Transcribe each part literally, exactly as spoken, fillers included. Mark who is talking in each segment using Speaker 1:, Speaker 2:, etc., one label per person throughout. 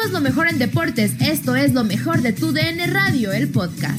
Speaker 1: Somos lo mejor en deportes. Esto es lo mejor de tu D N Radio, el podcast.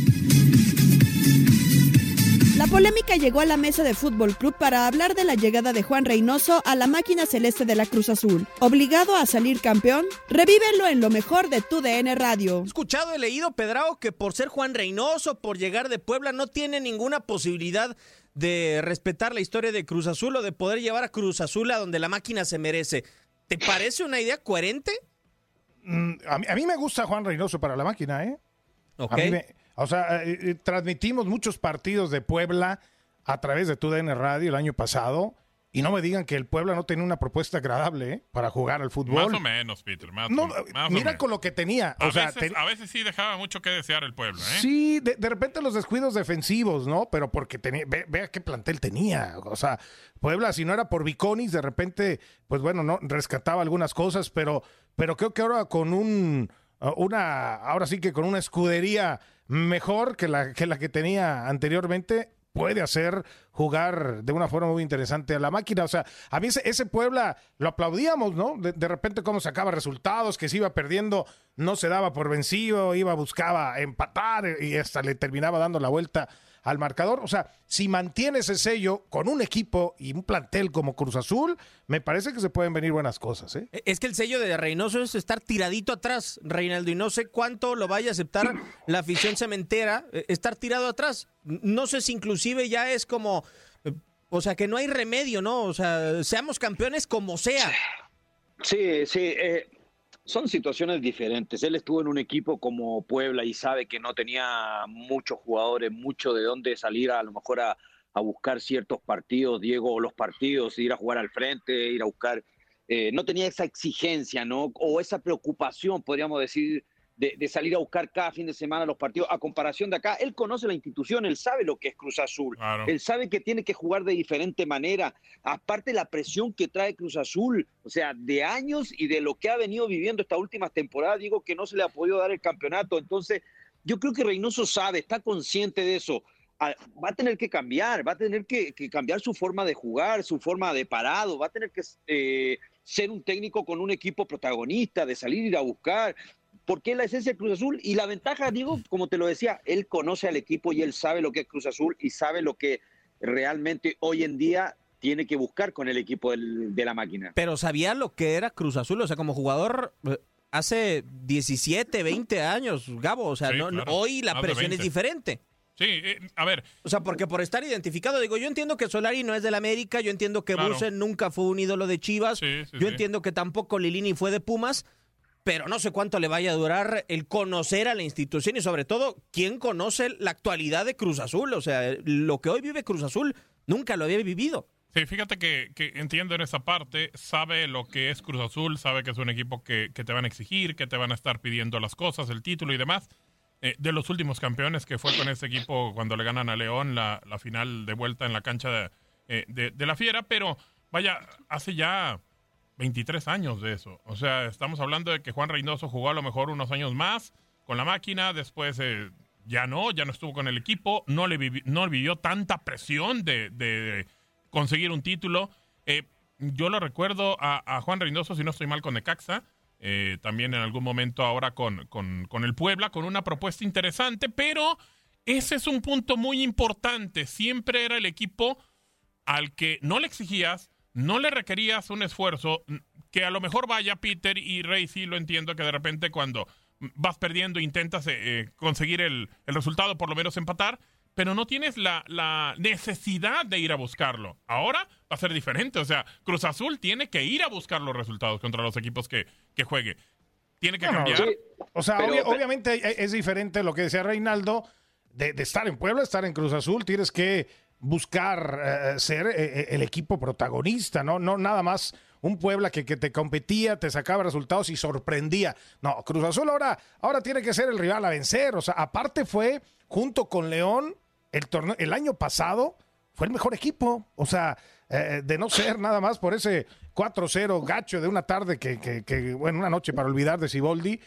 Speaker 2: La polémica llegó a la mesa de Fútbol Club para hablar de la llegada de Juan Reynoso a la máquina celeste de la Cruz Azul. Obligado a salir campeón, revívelo en lo mejor de tu D N Radio.
Speaker 3: He escuchado, he leído, Pedrao, que por ser Juan Reynoso, por llegar de Puebla, no tiene ninguna posibilidad de respetar la historia de Cruz Azul o de poder llevar a Cruz Azul a donde la máquina se merece. ¿Te parece una idea coherente?
Speaker 4: Mm, a, mí, a mí me gusta Juan Reynoso para la máquina, ¿eh?
Speaker 3: Ok.
Speaker 4: A mí me, o sea, eh, eh, transmitimos muchos partidos de Puebla a través de tu D N Radio el año pasado y no me digan que el Puebla no tenía una propuesta agradable, ¿eh? Para jugar al fútbol.
Speaker 5: Más o menos, Peter. Más
Speaker 4: no,
Speaker 5: o, más
Speaker 4: mira
Speaker 5: o menos.
Speaker 4: con lo que tenía.
Speaker 5: A,
Speaker 4: o sea,
Speaker 5: veces,
Speaker 4: ten...
Speaker 5: a veces sí dejaba mucho que desear el Puebla, ¿eh?
Speaker 4: Sí, de, de repente los descuidos defensivos, ¿no? Pero porque tenía, ve, vea qué plantel tenía. O sea, Puebla, si no era por Viconis, de repente, pues bueno, no rescataba algunas cosas, pero, pero creo que ahora con un, una, ahora sí que con una escudería mejor que la que la que tenía anteriormente, puede hacer jugar de una forma muy interesante a la máquina. O sea, a mí ese, ese Puebla lo aplaudíamos, ¿no? De, de repente cómo sacaba resultados, que se iba perdiendo, no se daba por vencido, iba, buscaba empatar y hasta le terminaba dando la vuelta al marcador. O sea, si mantiene ese sello con un equipo y un plantel como Cruz Azul, me parece que se pueden venir buenas cosas, ¿eh?
Speaker 3: Es que el sello de Reynoso es estar tiradito atrás, Reinaldo, y no sé cuánto lo vaya a aceptar la afición cementera, estar tirado atrás. No sé si inclusive ya es como, o sea, que no hay remedio, ¿no? O sea, seamos campeones como sea.
Speaker 6: Sí, sí, eh, son situaciones diferentes. Él estuvo en un equipo como Puebla y sabe que no tenía muchos jugadores, mucho de dónde salir a, a lo mejor a, a buscar ciertos partidos, Diego, los partidos, ir a jugar al frente, ir a buscar... Eh, no tenía esa exigencia, ¿no? O esa preocupación, podríamos decir, de, de salir a buscar cada fin de semana los partidos. A comparación de acá, él conoce la institución, él sabe lo que es Cruz Azul,
Speaker 5: Claro.
Speaker 6: Él sabe que tiene que jugar de diferente manera. Aparte la presión que trae Cruz Azul, o sea, de años y de lo que ha venido viviendo estas últimas temporadas, digo que no se le ha podido dar el campeonato. Entonces, yo creo que Reynoso sabe, está consciente de eso. Va a tener que cambiar, va a tener que, que cambiar su forma de jugar, su forma de parado, va a tener que eh, ser un técnico con un equipo protagonista, de salir, ir a buscar, porque es la esencia de Cruz Azul. Y la ventaja, Diego, como te lo decía, él conoce al equipo y él sabe lo que es Cruz Azul y sabe lo que realmente hoy en día tiene que buscar con el equipo del, de la máquina.
Speaker 3: Pero sabía lo que era Cruz Azul, o sea, como jugador hace diecisiete, veinte años, Gabo, o sea,
Speaker 5: Sí,
Speaker 3: no,
Speaker 5: claro.
Speaker 3: hoy la
Speaker 5: Más de
Speaker 3: presión es
Speaker 5: veinte.
Speaker 3: diferente.
Speaker 5: Sí, eh, a ver.
Speaker 3: O sea, porque por estar identificado, digo, yo entiendo que Solari no es del América, yo entiendo que
Speaker 5: Claro.
Speaker 3: Busen nunca fue un ídolo de Chivas,
Speaker 5: Sí, sí,
Speaker 3: yo
Speaker 5: sí.
Speaker 3: entiendo que tampoco Lilini fue de Pumas, pero no sé cuánto le vaya a durar el conocer a la institución y sobre todo, ¿quién conoce la actualidad de Cruz Azul? O sea, lo que hoy vive Cruz Azul nunca lo había vivido.
Speaker 5: Sí, fíjate que, que entiendo en esa parte, sabe lo que es Cruz Azul, sabe que es un equipo que, que te van a exigir, que te van a estar pidiendo las cosas, el título y demás. Eh, de los últimos campeones que fue con ese equipo cuando le ganan a León la, la final de vuelta en la cancha de, eh, de, de la Fiera, pero vaya, hace ya veintitrés años de eso. O sea, estamos hablando de que Juan Reynoso jugó a lo mejor unos años más con la máquina, después eh, ya no, ya no estuvo con el equipo, no le vivi, no vivió tanta presión de, de conseguir un título. Eh, yo lo recuerdo a, a Juan Reynoso, si no estoy mal, con Necaxa, Eh, también en algún momento ahora con, con, con el Puebla, con una propuesta interesante, pero ese es un punto muy importante. Siempre era el equipo al que no le exigías, no le requerías un esfuerzo, que a lo mejor vaya Peter y Rey, sí lo entiendo, que de repente cuando vas perdiendo intentas eh, conseguir el, el resultado, por lo menos empatar, pero no tienes la, la necesidad de ir a buscarlo. Ahora va a ser diferente. O sea, Cruz Azul tiene que ir a buscar los resultados contra los equipos que, que juegue. Tiene que
Speaker 4: Bueno,
Speaker 5: cambiar.
Speaker 6: Sí,
Speaker 4: O sea,
Speaker 6: pero-
Speaker 4: obvia- obviamente es diferente lo que decía Reinaldo, de, de estar en Puebla, estar en Cruz Azul, tienes que buscar eh, ser eh, el equipo protagonista, ¿no? No nada más un Puebla que, que te competía, te sacaba resultados y sorprendía. No, Cruz Azul ahora, ahora tiene que ser el rival a vencer. O sea, aparte fue, junto con León, el torneo, el año pasado fue el mejor equipo. O sea, eh, de no ser nada más por ese cuatro cero gacho de una tarde que, que, que, bueno, una noche para olvidar de Siboldi.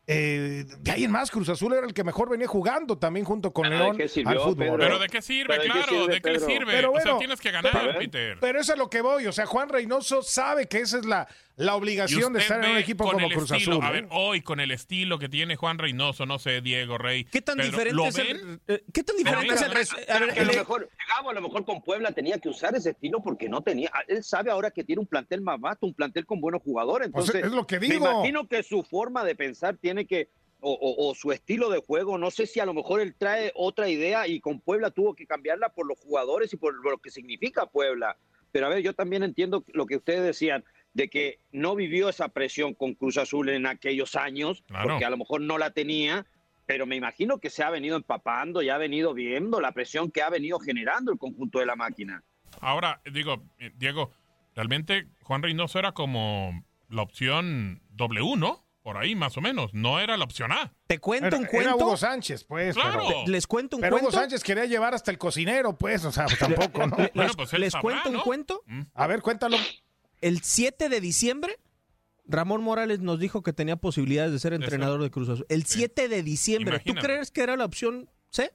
Speaker 4: Eh, de ahí en más, Cruz Azul era el que mejor venía jugando también junto con
Speaker 6: ¿Pero
Speaker 4: León
Speaker 6: de qué sirvió,
Speaker 4: al fútbol.
Speaker 6: Pedro?
Speaker 5: ¿Pero de qué sirve?
Speaker 6: ¿Pero de qué
Speaker 5: Claro,
Speaker 6: sirve,
Speaker 5: ¿de qué le
Speaker 6: Pedro?
Speaker 5: sirve?
Speaker 4: Pero
Speaker 5: o sea,
Speaker 4: bueno,
Speaker 5: tienes que ganar,
Speaker 4: pero,
Speaker 5: Peter.
Speaker 4: pero eso es lo que voy. O sea, Juan Reynoso sabe que esa es la, la
Speaker 5: Y
Speaker 4: obligación de
Speaker 5: usted
Speaker 4: estar en un
Speaker 5: ve
Speaker 4: equipo
Speaker 5: con
Speaker 4: como
Speaker 5: el
Speaker 4: Cruz
Speaker 5: estilo,
Speaker 4: Azul.
Speaker 5: A
Speaker 4: ¿eh?
Speaker 5: ver, hoy con el estilo que tiene Juan Reynoso, no sé, Diego Rey.
Speaker 3: ¿Qué tan
Speaker 5: Pedro,
Speaker 3: diferente
Speaker 5: ¿lo
Speaker 3: es el,
Speaker 5: ven?
Speaker 3: eh, ¿Qué tan diferente
Speaker 5: ven,
Speaker 3: es el
Speaker 5: ven,
Speaker 3: res- a ver,
Speaker 6: A lo
Speaker 3: el-
Speaker 6: mejor, Gabo, a lo mejor con Puebla tenía que usar ese estilo porque no tenía. Él sabe ahora que tiene un plantel más vasto, un plantel con buenos jugadores.
Speaker 4: Pues
Speaker 6: Entonces,
Speaker 4: es lo que
Speaker 6: me
Speaker 4: digo.
Speaker 6: imagino que su forma de pensar tiene que, o, o- o su estilo de juego, no sé si a lo mejor él trae otra idea y con Puebla tuvo que cambiarla por los jugadores y por lo que significa Puebla. Pero a ver, yo también entiendo lo que ustedes decían, de que no vivió esa presión con Cruz Azul en aquellos años,
Speaker 5: Claro.
Speaker 6: porque a lo mejor no la tenía, pero me imagino que se ha venido empapando y ha venido viendo la presión que ha venido generando el conjunto de la máquina.
Speaker 5: Ahora, digo, eh, Diego, realmente Juan Reynoso era como la opción W, ¿no? Por ahí, más o menos. No era la opción A.
Speaker 3: te cuento
Speaker 4: Era,
Speaker 3: un
Speaker 4: era
Speaker 3: cuento,
Speaker 4: Hugo Sánchez, pues.
Speaker 5: Claro.
Speaker 4: Pero,
Speaker 3: les cuento un
Speaker 4: pero Hugo
Speaker 3: cuento,
Speaker 4: Sánchez quería llevar hasta el cocinero, pues. O sea, pues, tampoco, ¿no?
Speaker 3: les,
Speaker 5: Bueno, pues él
Speaker 3: les
Speaker 5: sabrá,
Speaker 3: cuento un
Speaker 5: ¿no?
Speaker 3: cuento.
Speaker 5: Mm.
Speaker 4: A ver, cuéntalo.
Speaker 3: El siete de diciembre, Ramón Morales nos dijo que tenía posibilidades de ser
Speaker 5: De
Speaker 3: entrenador de Cruz Azul. El
Speaker 5: Sí.
Speaker 3: siete de diciembre, ¿tú
Speaker 5: Imagínate.
Speaker 3: crees que era la opción C?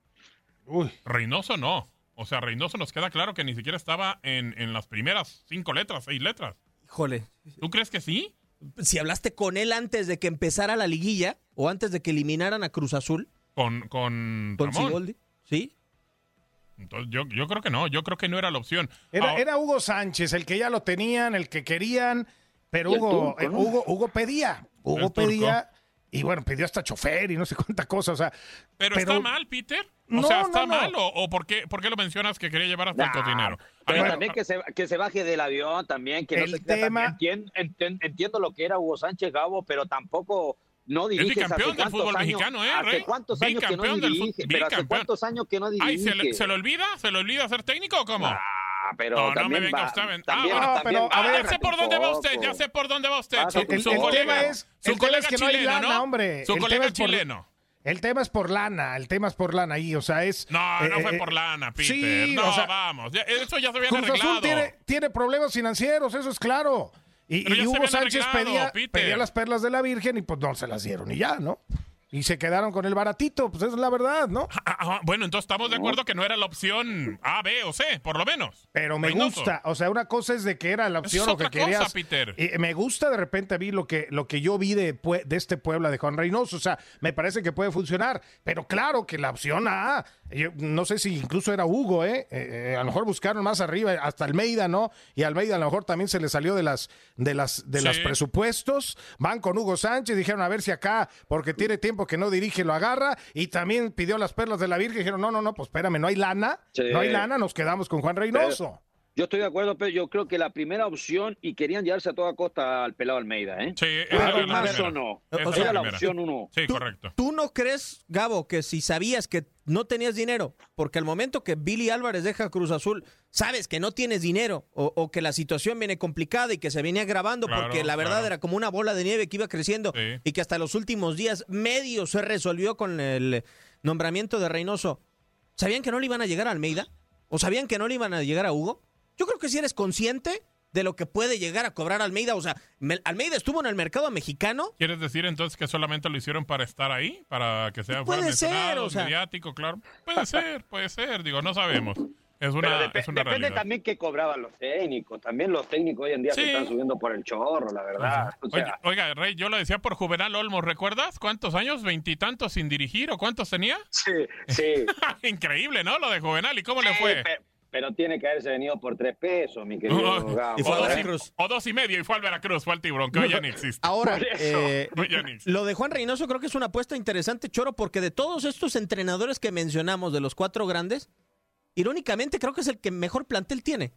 Speaker 4: Uy.
Speaker 5: Reynoso no. O sea, Reynoso nos queda claro que ni siquiera estaba en, en las primeras cinco letras, seis letras.
Speaker 3: Híjole,
Speaker 5: ¿Tú crees que sí?
Speaker 3: si hablaste con él antes de que empezara la liguilla o antes de que eliminaran a Cruz Azul
Speaker 5: Con, con,
Speaker 3: con
Speaker 5: Ramón.
Speaker 3: Sigoldi, ¿sí?
Speaker 5: Entonces, yo, yo creo que no. Yo creo que no era la opción.
Speaker 4: Era,
Speaker 5: Ah,
Speaker 4: era Hugo Sánchez, el que ya lo tenían, el que querían, pero
Speaker 6: Y el
Speaker 4: Hugo,
Speaker 6: turco,
Speaker 4: eh,
Speaker 6: ¿no?
Speaker 4: Hugo, Hugo pedía, Hugo
Speaker 5: El turco.
Speaker 4: pedía, y bueno, pidió hasta chofer y no sé cuánta cosa, o sea.
Speaker 5: ¿Pero,
Speaker 4: pero-
Speaker 5: está mal, Peter? O
Speaker 4: No,
Speaker 5: sea,
Speaker 4: no,
Speaker 5: ¿está
Speaker 4: no.
Speaker 5: mal? ¿O, o por, qué, por qué lo mencionas que quería llevar hasta el
Speaker 6: Nah,
Speaker 5: cocinero?
Speaker 6: Pero
Speaker 5: Ahora,
Speaker 6: también que se, que se baje del avión, también que no
Speaker 4: El
Speaker 6: se crea
Speaker 4: tema-
Speaker 6: también. Entien- enten- entiendo lo que era Hugo Sánchez Gabo, pero tampoco no dirige.
Speaker 5: bicampeón del fútbol mexicano, ¿eh,
Speaker 6: ¿Hace
Speaker 5: Rey?
Speaker 6: cuántos años que no
Speaker 5: Bicampeón del
Speaker 6: dirige?
Speaker 5: fut-
Speaker 6: Pero ¿hace
Speaker 5: bicampeón.
Speaker 6: cuántos años que no dirige?
Speaker 5: Ay, ¿se le, ¿se le olvida? ¿Se le olvida ser técnico o cómo?
Speaker 6: Ah, pero
Speaker 5: No, no
Speaker 6: también
Speaker 5: me venga
Speaker 6: va-
Speaker 5: usted a ven-
Speaker 6: también-
Speaker 5: Ah,
Speaker 4: bueno,
Speaker 6: también
Speaker 4: pero, a
Speaker 6: baja
Speaker 4: ver,
Speaker 5: Ya sé por dónde va usted, ya
Speaker 6: poco.
Speaker 5: sé por dónde va usted.
Speaker 6: Ah,
Speaker 5: Su,
Speaker 6: el-
Speaker 5: su
Speaker 6: el
Speaker 5: colega,
Speaker 4: tema es-
Speaker 5: su
Speaker 4: el tema
Speaker 5: colega
Speaker 4: es que no hay
Speaker 5: chileno,
Speaker 4: lana,
Speaker 5: ¿no?
Speaker 4: hombre.
Speaker 5: Su
Speaker 4: El tema
Speaker 5: colega
Speaker 4: es por-
Speaker 5: chileno.
Speaker 4: El tema es por lana, el tema es por lana ahí, o sea, es...
Speaker 5: No, no
Speaker 4: eh,
Speaker 5: fue
Speaker 4: eh,
Speaker 5: por lana, Peter.
Speaker 4: sí,
Speaker 5: no,
Speaker 4: o sea,
Speaker 5: vamos. Ya- eso ya se habían
Speaker 4: Cruz
Speaker 5: arreglado.
Speaker 4: Azul tiene, tiene problemas financieros, eso es claro. Y,
Speaker 5: Pero ya
Speaker 4: y
Speaker 5: se
Speaker 4: Hugo
Speaker 5: habían
Speaker 4: Sánchez
Speaker 5: arreglado,
Speaker 4: pedía,
Speaker 5: Peter.
Speaker 4: pedía las perlas de la Virgen y pues no se las dieron y ya, ¿no? Y se quedaron con el baratito, pues esa es la verdad, ¿no?
Speaker 5: Ah, ah, bueno, entonces estamos de acuerdo que no era la opción A, B o C, por lo menos.
Speaker 4: Pero me
Speaker 5: Reynoso.
Speaker 4: gusta, o sea, una cosa es de que era la
Speaker 5: Eso
Speaker 4: opción
Speaker 5: es
Speaker 4: o que
Speaker 5: otra cosa,
Speaker 4: querías.
Speaker 5: Peter.
Speaker 4: Y me gusta de repente a mí lo que, lo que yo vi de, Pue- de este Puebla de Juan Reynoso, o sea, me parece que puede funcionar, pero claro que la opción A, yo no sé si incluso era Hugo, ¿eh? Eh, eh, a lo mejor buscaron más arriba, hasta Almeida, ¿no? Y Almeida a lo mejor también se le salió de las, de las, de
Speaker 5: Sí.
Speaker 4: los presupuestos, van con Hugo Sánchez, dijeron a ver si acá, porque tiene tiempo que no dirige, lo agarra, y también pidió las perlas de la Virgen, dijeron, no, no, no, pues espérame, no hay lana,
Speaker 6: Sí.
Speaker 4: no hay lana, nos quedamos con Juan Reynoso.
Speaker 6: Yo estoy de acuerdo, pero yo creo que la primera opción, y querían llevarse a toda costa al pelado Almeida, ¿eh?
Speaker 5: Sí, esa
Speaker 6: Pero
Speaker 5: era la
Speaker 6: más
Speaker 5: primera.
Speaker 6: o no.
Speaker 5: Esa
Speaker 3: O
Speaker 5: es
Speaker 3: sea,
Speaker 6: Era la
Speaker 5: primera.
Speaker 6: opción uno.
Speaker 5: Sí,
Speaker 3: ¿Tú,
Speaker 5: correcto.
Speaker 3: ¿Tú no crees, Gabo, que si sabías que no tenías dinero, porque al momento que Billy Álvarez deja Cruz Azul, sabes que no tienes dinero o, o que la situación viene complicada y que se venía agravando
Speaker 5: Claro,
Speaker 3: porque la verdad
Speaker 5: claro.
Speaker 3: era como una bola de nieve que iba creciendo
Speaker 5: Sí.
Speaker 3: y que hasta los últimos días medio se resolvió con el nombramiento de Reynoso? ¿Sabían que no le iban a llegar a Almeida? ¿O sabían que no le iban a llegar a Hugo? Yo creo que si eres consciente de lo que puede llegar a cobrar Almeida, o sea, me- Almeida estuvo en el mercado mexicano.
Speaker 5: ¿Quieres decir entonces que solamente lo hicieron para estar ahí? ¿Para que sea
Speaker 3: Puede
Speaker 5: fuera
Speaker 3: ser,
Speaker 5: mencionado,
Speaker 3: o sea.
Speaker 5: mediático? Claro. Puede ser, puede ser. Digo, no sabemos. Es
Speaker 6: Pero
Speaker 5: una,
Speaker 6: dep-
Speaker 5: es una
Speaker 6: depende
Speaker 5: realidad.
Speaker 6: también qué cobraban los técnicos. También los técnicos hoy en día
Speaker 5: Sí.
Speaker 6: se están subiendo por el chorro, la verdad. O
Speaker 5: Oye,
Speaker 6: sea,
Speaker 5: oiga, Rey, yo lo decía por Juvenal Olmos, ¿recuerdas? ¿Cuántos años? ¿Veintitantos sin dirigir o cuántos tenía?
Speaker 6: sí, sí.
Speaker 5: Increíble, ¿no? Lo de Juvenal. ¿Y cómo le
Speaker 6: Sí,
Speaker 5: fue?
Speaker 6: pe- Pero tiene que haberse venido por tres pesos, mi querido Gabo.
Speaker 3: Y fue a
Speaker 5: o, dos y,
Speaker 3: Veracruz.
Speaker 5: o dos y medio y fue al Veracruz, fue al Tiburón, que hoy ya ni existe.
Speaker 3: Ahora,
Speaker 6: Por eso.
Speaker 3: eh,
Speaker 5: Hoy ya ni existe.
Speaker 3: lo de Juan Reynoso creo que es una apuesta interesante, Choro, porque de todos estos entrenadores que mencionamos, de los cuatro grandes, irónicamente creo que es el que mejor plantel tiene.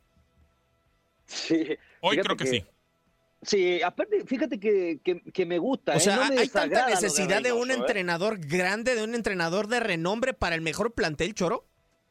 Speaker 6: Sí,
Speaker 5: Hoy
Speaker 6: fíjate
Speaker 5: creo que, sí.
Speaker 6: Sí, aparte, fíjate que, que, que me gusta.
Speaker 3: O
Speaker 6: ¿eh?
Speaker 3: sea,
Speaker 6: No me
Speaker 3: hay tanta
Speaker 6: desagrada lo de
Speaker 3: necesidad de, un
Speaker 6: Reynoso, ¿eh?
Speaker 3: entrenador grande, de un entrenador de renombre para el mejor plantel, Choro.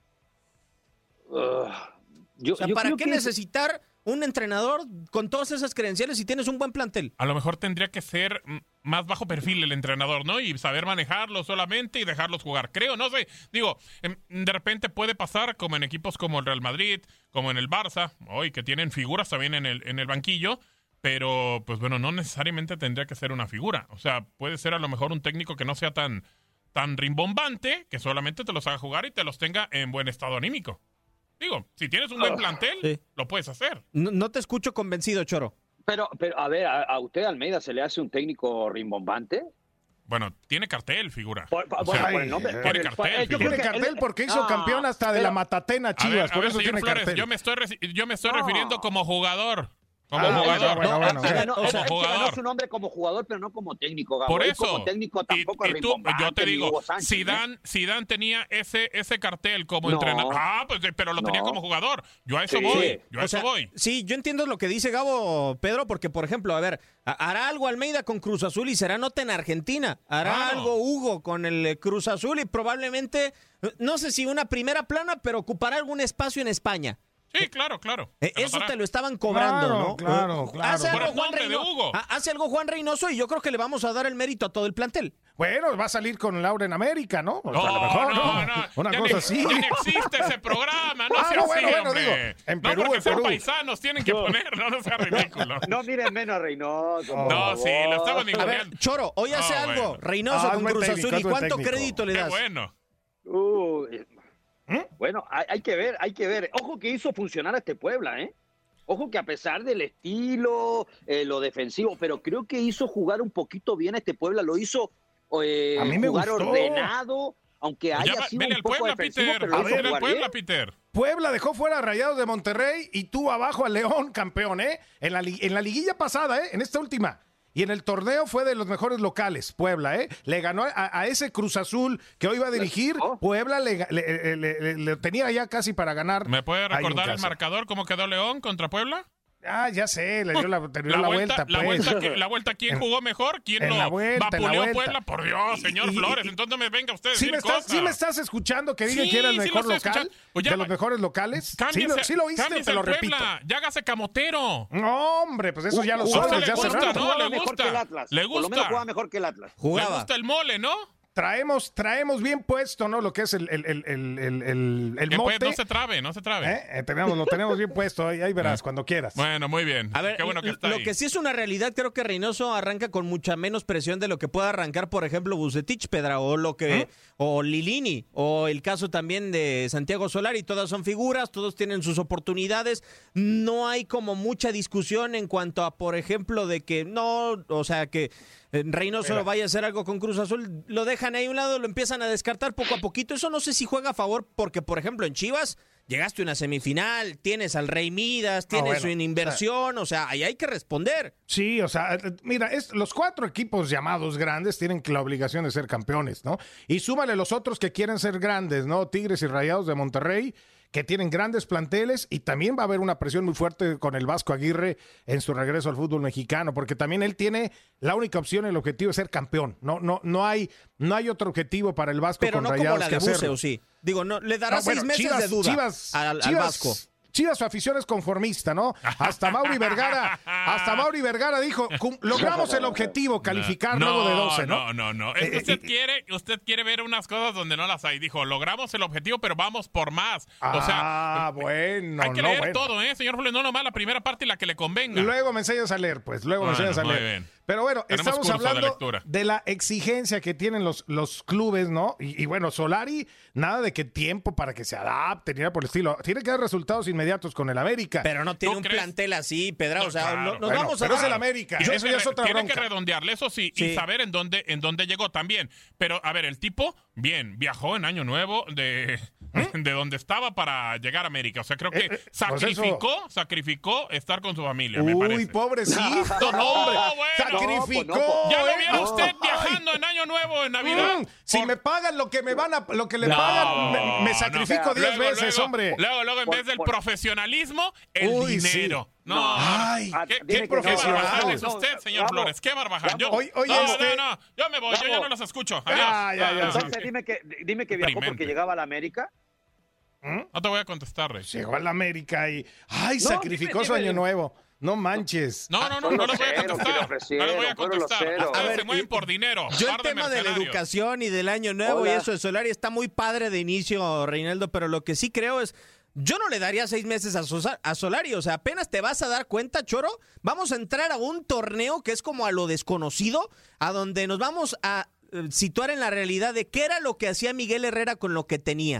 Speaker 6: Ugh, yo,
Speaker 3: O sea,
Speaker 6: yo
Speaker 3: ¿para
Speaker 6: creo
Speaker 3: qué
Speaker 6: que es-
Speaker 3: necesitar un entrenador con todas esas credenciales si tienes un buen plantel?
Speaker 5: A lo mejor tendría que ser mm, más bajo perfil el entrenador, ¿no? Y saber manejarlos solamente y dejarlos jugar. Creo, no sé. Digo, em, de repente puede pasar como en equipos como el Real Madrid, como en el Barça, hoy que tienen figuras también en el, en el banquillo, pero pues bueno, no necesariamente tendría que ser una figura. O sea, puede ser a lo mejor un técnico que no sea tan, tan rimbombante, que solamente te los haga jugar y te los tenga en buen estado anímico. Digo, si tienes un buen plantel,
Speaker 3: sí.
Speaker 5: lo puedes hacer.
Speaker 3: No, no te escucho convencido, Choro.
Speaker 6: Pero, pero a ver, ¿a, a usted, Almeida, se le hace un técnico rimbombante?
Speaker 5: Bueno, tiene cartel, figura.
Speaker 6: Por, por,
Speaker 5: O sea,
Speaker 6: bueno, por el nombre,
Speaker 5: tiene
Speaker 6: por el-
Speaker 5: cartel,
Speaker 6: eh, yo
Speaker 5: figura.
Speaker 6: creo
Speaker 4: Tiene
Speaker 6: que
Speaker 4: cartel
Speaker 6: él-
Speaker 4: porque hizo
Speaker 6: Ah,
Speaker 4: campeón hasta de
Speaker 6: pero-
Speaker 4: la Matatena
Speaker 5: A
Speaker 4: Chivas,
Speaker 5: ver, a
Speaker 4: por
Speaker 5: ver,
Speaker 4: eso
Speaker 5: señor
Speaker 4: tiene
Speaker 5: Flores,
Speaker 4: cartel.
Speaker 5: yo me estoy, reci- yo me estoy
Speaker 6: No.
Speaker 5: refiriendo como jugador. Como
Speaker 4: Ah,
Speaker 5: jugador.
Speaker 4: bueno,
Speaker 6: No,
Speaker 4: bueno,
Speaker 6: o sea,
Speaker 4: bueno.
Speaker 6: no,
Speaker 5: Como
Speaker 6: él se ganó
Speaker 5: jugador.
Speaker 6: su nombre como jugador, pero no como técnico, Gabo.
Speaker 5: Por
Speaker 6: Él
Speaker 5: eso.
Speaker 6: como técnico tampoco
Speaker 5: y,
Speaker 6: es
Speaker 5: y tú,
Speaker 6: rimbombante,
Speaker 5: yo te
Speaker 6: ni
Speaker 5: digo,
Speaker 6: Hugo Sánchez, ¿eh?
Speaker 5: Zidane, Zidane tenía ese, ese cartel como
Speaker 6: No.
Speaker 5: entrenador. Ah, pues, pero lo tenía
Speaker 6: No.
Speaker 5: como jugador. Yo a eso
Speaker 6: Sí.
Speaker 5: voy. Yo a
Speaker 3: O
Speaker 5: eso
Speaker 3: sea,
Speaker 5: voy.
Speaker 3: Sí, yo entiendo lo que dice Gabo, Pedro, porque, por ejemplo, a ver, ha- hará algo Almeida con Cruz Azul y será nota en Argentina. Hará
Speaker 5: Claro.
Speaker 3: algo Hugo con el eh, Cruz Azul y probablemente, eh, no sé si una primera plana, pero ocupará algún espacio en España.
Speaker 5: Sí, claro, claro.
Speaker 3: Eh,
Speaker 5: Se
Speaker 3: Eso
Speaker 5: notará.
Speaker 3: te lo estaban cobrando,
Speaker 4: Claro,
Speaker 3: ¿no?
Speaker 4: claro,
Speaker 3: Eh,
Speaker 4: claro.
Speaker 3: Hace
Speaker 5: Por
Speaker 3: algo,
Speaker 5: el
Speaker 3: Juan
Speaker 5: nombre de
Speaker 3: Reyno-
Speaker 5: Hugo.
Speaker 3: ha- hace algo Juan Reynoso y yo creo que le vamos a dar el mérito a todo el plantel.
Speaker 4: Bueno, va a salir con Laura en América, ¿no? O sea,
Speaker 5: No,
Speaker 4: a lo mejor,
Speaker 5: no,
Speaker 4: ¿no?
Speaker 5: no.
Speaker 4: Una
Speaker 5: Ya
Speaker 4: cosa
Speaker 5: ni-
Speaker 4: así.
Speaker 5: ya ni existe ese programa, no
Speaker 4: Ah,
Speaker 5: sea
Speaker 4: no,
Speaker 5: así,
Speaker 4: bueno, bueno,
Speaker 5: hombre.
Speaker 4: digo, en Perú,
Speaker 5: no, porque
Speaker 4: en
Speaker 5: son
Speaker 4: Perú.
Speaker 5: paisanos, tienen que ponerlo, no sea ridículo.
Speaker 6: No miren menos a Reynoso. por
Speaker 5: No,
Speaker 6: favor.
Speaker 5: sí, lo estamos
Speaker 3: A ver,
Speaker 5: ninguneando.
Speaker 3: Choro, hoy hace
Speaker 5: Ah,
Speaker 3: algo
Speaker 5: bueno.
Speaker 3: Reynoso
Speaker 4: Ah,
Speaker 3: con
Speaker 4: es buen
Speaker 3: Cruz
Speaker 4: técnico,
Speaker 3: Azul.
Speaker 4: es
Speaker 3: ¿Y
Speaker 4: buen
Speaker 3: cuánto
Speaker 4: técnico.
Speaker 3: crédito le
Speaker 5: Qué
Speaker 3: das?
Speaker 5: bueno.
Speaker 6: Uy,
Speaker 4: ¿Mm?
Speaker 6: Bueno, hay, hay que ver, hay que ver. Ojo que hizo funcionar a este Puebla, ¿eh? Ojo que a pesar del estilo, eh, lo defensivo, pero creo que hizo jugar un poquito bien a este Puebla. Lo hizo eh,
Speaker 4: A mí me
Speaker 6: jugar
Speaker 4: gustó.
Speaker 6: ordenado, aunque
Speaker 5: Ya
Speaker 6: haya
Speaker 5: va-
Speaker 6: sido
Speaker 5: vele
Speaker 6: un
Speaker 5: al
Speaker 6: poco
Speaker 5: Puebla,
Speaker 6: defensivo,
Speaker 5: Peter.
Speaker 6: pero lo hizo
Speaker 5: Vele al
Speaker 6: jugar
Speaker 5: Puebla,
Speaker 6: bien.
Speaker 5: Peter.
Speaker 4: Puebla dejó fuera a Rayados de Monterrey y tuvo abajo a León campeón, ¿eh? En la, li- en la liguilla pasada, ¿eh? En esta última. Y en el torneo fue de los mejores locales, Puebla, ¿eh? Le ganó a, a ese Cruz Azul que hoy iba a dirigir.
Speaker 6: Oh.
Speaker 4: Puebla le, le- le- le- le tenía ya casi para ganar.
Speaker 5: ¿Me puede
Speaker 4: ahí en
Speaker 5: recordar el
Speaker 4: casa.
Speaker 5: marcador cómo quedó León contra Puebla?
Speaker 4: Ah, ya sé, le dio la, te dio la, vuelta,
Speaker 5: la
Speaker 4: pues.
Speaker 5: vuelta, que- la vuelta, ¿quién
Speaker 4: En-
Speaker 5: jugó mejor? ¿Quién
Speaker 4: en
Speaker 5: lo
Speaker 4: la vuelta, en la
Speaker 5: vapuleó
Speaker 4: vuelta.
Speaker 5: Puebla? Por Dios, señor
Speaker 4: Y- y-
Speaker 5: Flores,
Speaker 4: y-
Speaker 5: entonces no me venga usted a
Speaker 4: ¿Sí
Speaker 5: decir
Speaker 4: me, estás,
Speaker 5: cosas.
Speaker 4: ¿Sí me estás escuchando que digan
Speaker 5: Sí,
Speaker 4: que era el
Speaker 5: sí lo
Speaker 4: mejor
Speaker 5: estoy
Speaker 4: local?
Speaker 5: escuchando. Pues ya
Speaker 4: ¿De
Speaker 5: va-
Speaker 4: los mejores locales? Sí
Speaker 5: Cámbiense,
Speaker 4: lo, sí lo oíste,
Speaker 5: cámbiense
Speaker 4: te lo
Speaker 5: al
Speaker 4: repito.
Speaker 5: Puebla, ya hágase camotero.
Speaker 4: No, hombre, pues eso ya lo
Speaker 6: Uh,
Speaker 4: sabes
Speaker 5: usted
Speaker 4: desde
Speaker 5: le
Speaker 4: hace
Speaker 5: gusta,
Speaker 4: rato.
Speaker 5: ¿no?
Speaker 6: Jugaba
Speaker 5: le
Speaker 6: mejor
Speaker 5: gusta.
Speaker 6: que el Atlas.
Speaker 5: Le
Speaker 6: Por lo menos
Speaker 5: gusta.
Speaker 6: jugaba mejor que el Atlas.
Speaker 5: Le
Speaker 3: Jugaba.
Speaker 5: gusta el mole, ¿no?
Speaker 4: Traemos, traemos bien puesto, ¿no? Lo que es el, el, el, el, el, el, el
Speaker 5: Que pues
Speaker 4: mote.
Speaker 5: no se trabe, no se trabe.
Speaker 4: ¿Eh? Eh, tenemos, lo tenemos bien puesto, ahí, ahí verás, cuando quieras.
Speaker 5: Bueno, muy bien.
Speaker 3: A ver,
Speaker 5: Qué bueno que está
Speaker 3: lo
Speaker 5: ahí.
Speaker 3: que sí es una realidad, creo que Reynoso arranca con mucha menos presión de lo que pueda arrancar, por ejemplo, Bucetich, Pedra, o lo que,
Speaker 4: ¿Eh?
Speaker 3: o Lilini, o el caso también de Santiago Solari. Todas son figuras, todos tienen sus oportunidades. No hay como mucha discusión en cuanto a, por ejemplo, de que no, o sea, que eh, Reynoso
Speaker 4: Mira.
Speaker 3: vaya a hacer algo con Cruz Azul, lo dejan ahí a un lado, lo empiezan a descartar poco a poquito. Eso no sé si juega a favor, porque, por ejemplo, en Chivas llegaste a una semifinal, tienes al Rey Midas, tienes
Speaker 4: bueno,
Speaker 3: una inversión, o sea, ahí hay que responder.
Speaker 4: Sí, o sea, eh, mira, es, los cuatro equipos llamados grandes tienen la obligación de ser campeones, ¿no? Y súmale los otros que quieren ser grandes, ¿no? Tigres y Rayados de Monterrey, que tienen grandes planteles, y también va a haber una presión muy fuerte con el Vasco Aguirre en su regreso al fútbol mexicano, porque también él tiene la única opción, el objetivo es ser campeón. No, no, no hay, no hay otro objetivo para el Vasco
Speaker 3: Pero
Speaker 4: con
Speaker 3: no como
Speaker 4: Rayados
Speaker 3: la
Speaker 4: que
Speaker 3: de Buse,
Speaker 4: hacerlo.
Speaker 3: ¿o sí? Digo, no, le dará
Speaker 4: No,
Speaker 3: seis
Speaker 4: bueno,
Speaker 3: meses
Speaker 4: Chivas-
Speaker 3: de duda
Speaker 4: Chivas-
Speaker 3: al, al
Speaker 4: Chivas-
Speaker 3: Vasco.
Speaker 4: Chivas, su afición es conformista, ¿no? Hasta Mauri Vergara, hasta Mauri Vergara dijo, "Cum- logramos el objetivo, calificar
Speaker 5: no,
Speaker 4: luego de doce, ¿no?
Speaker 5: No, no, no. Es que
Speaker 4: Eh,
Speaker 5: usted
Speaker 4: eh,
Speaker 5: quiere, usted quiere ver unas cosas donde no las hay. Dijo, logramos el objetivo, pero vamos por más. O sea,
Speaker 4: ah, bueno,
Speaker 5: hay que
Speaker 4: no,
Speaker 5: leer
Speaker 4: bueno.
Speaker 5: todo, ¿eh, señor Flores? No nomás la primera parte y la que le convenga.
Speaker 4: Luego me enseñas a leer, pues, luego
Speaker 5: Bueno,
Speaker 4: me enseñas a
Speaker 5: muy
Speaker 4: leer.
Speaker 5: bien.
Speaker 4: Pero bueno,
Speaker 5: Tenemos
Speaker 4: estamos
Speaker 5: curso de
Speaker 4: hablando
Speaker 5: lectura.
Speaker 4: de, la exigencia que tienen los, los clubes, ¿no? Y, y bueno, Solari, nada de que tiempo para que se adapte, ni nada por el estilo. Tiene que dar resultados inmediatos con el América.
Speaker 3: Pero no tiene
Speaker 5: ¿Tú
Speaker 3: un
Speaker 5: crees?
Speaker 3: plantel así, Pedra,
Speaker 5: No,
Speaker 3: o sea,
Speaker 5: claro.
Speaker 3: no- nos
Speaker 4: Bueno,
Speaker 3: vamos a
Speaker 4: pero es
Speaker 3: dar-
Speaker 4: el América,
Speaker 5: Tiene
Speaker 4: eso
Speaker 5: que
Speaker 4: ya es
Speaker 5: re-
Speaker 4: otra
Speaker 5: Tiene
Speaker 4: bronca.
Speaker 5: que redondearle, eso sí,
Speaker 3: Sí.
Speaker 5: y saber en dónde, en dónde llegó también. Pero, a ver, el tipo, bien, viajó en Año Nuevo de, de donde estaba para llegar a América. O sea, creo que
Speaker 4: ¿Eh? Eh, pues
Speaker 5: sacrificó, sacrificó estar con su familia, me
Speaker 4: Uy,
Speaker 5: parece.
Speaker 4: pobrecito,
Speaker 5: No,
Speaker 4: hombre.
Speaker 5: bueno.
Speaker 4: Sacrificó.
Speaker 6: No, pues no,
Speaker 5: ¿Ya lo
Speaker 4: ¿eh?
Speaker 5: vieron
Speaker 6: No.
Speaker 5: usted viajando en Año Nuevo, en Navidad?
Speaker 4: Mm, si
Speaker 5: Por-
Speaker 4: me pagan lo que me van a, lo que le
Speaker 5: No,
Speaker 4: pagan, me, me sacrifico
Speaker 5: no.
Speaker 4: diez
Speaker 5: Luego,
Speaker 4: veces,
Speaker 5: luego,
Speaker 4: hombre.
Speaker 5: Luego, luego, en
Speaker 6: Por-
Speaker 5: vez del
Speaker 6: por-
Speaker 5: profesionalismo, el
Speaker 4: Uy, sí.
Speaker 5: dinero. No,
Speaker 4: Ay,
Speaker 6: Ah,
Speaker 5: ¿Qué,
Speaker 6: dime
Speaker 5: qué,
Speaker 6: que
Speaker 5: qué
Speaker 6: no.
Speaker 5: barbaján es
Speaker 6: No,
Speaker 5: usted, señor
Speaker 6: Gabo,
Speaker 5: Flores? ¿Qué barbaján? Yo,
Speaker 6: Gabo.
Speaker 4: Oye, oye,
Speaker 5: no,
Speaker 4: este-
Speaker 5: no, no, yo me voy, yo ya
Speaker 6: Gabo.
Speaker 5: no los escucho. Adiós.
Speaker 4: Ah, ya, ya,
Speaker 5: Ah,
Speaker 4: sí.
Speaker 6: Entonces, dime que, dime que viajó
Speaker 5: Deprimente.
Speaker 6: porque llegaba a la América.
Speaker 5: No te voy a contestar, Rey.
Speaker 4: Llegó a la América y ay,
Speaker 6: No,
Speaker 4: sacrificó
Speaker 6: dime,
Speaker 4: su
Speaker 6: dime.
Speaker 4: año nuevo. No manches.
Speaker 5: No, no, no,
Speaker 6: Fueron
Speaker 5: no
Speaker 6: los
Speaker 5: los voy a
Speaker 6: ceros que le
Speaker 5: contestar.
Speaker 6: ofrecieron,
Speaker 5: No los voy a
Speaker 6: fueron los
Speaker 5: contestar.
Speaker 6: ceros.
Speaker 5: Ustedes
Speaker 3: A ver,
Speaker 5: se mueven
Speaker 3: y-
Speaker 5: por dinero.
Speaker 3: Yo el
Speaker 5: par de
Speaker 3: tema de la
Speaker 5: mercenarios.
Speaker 3: educación y del año nuevo
Speaker 6: Hola.
Speaker 3: y eso de Solari está muy padre de inicio, Reinaldo, pero lo que sí creo es, yo no le daría seis meses a, Sosa, a Solari. O sea, apenas te vas a dar cuenta, Choro. Vamos a entrar a un torneo que es como a lo desconocido, a donde nos vamos a eh, situar en la realidad de qué era lo que hacía Miguel Herrera con lo que tenía.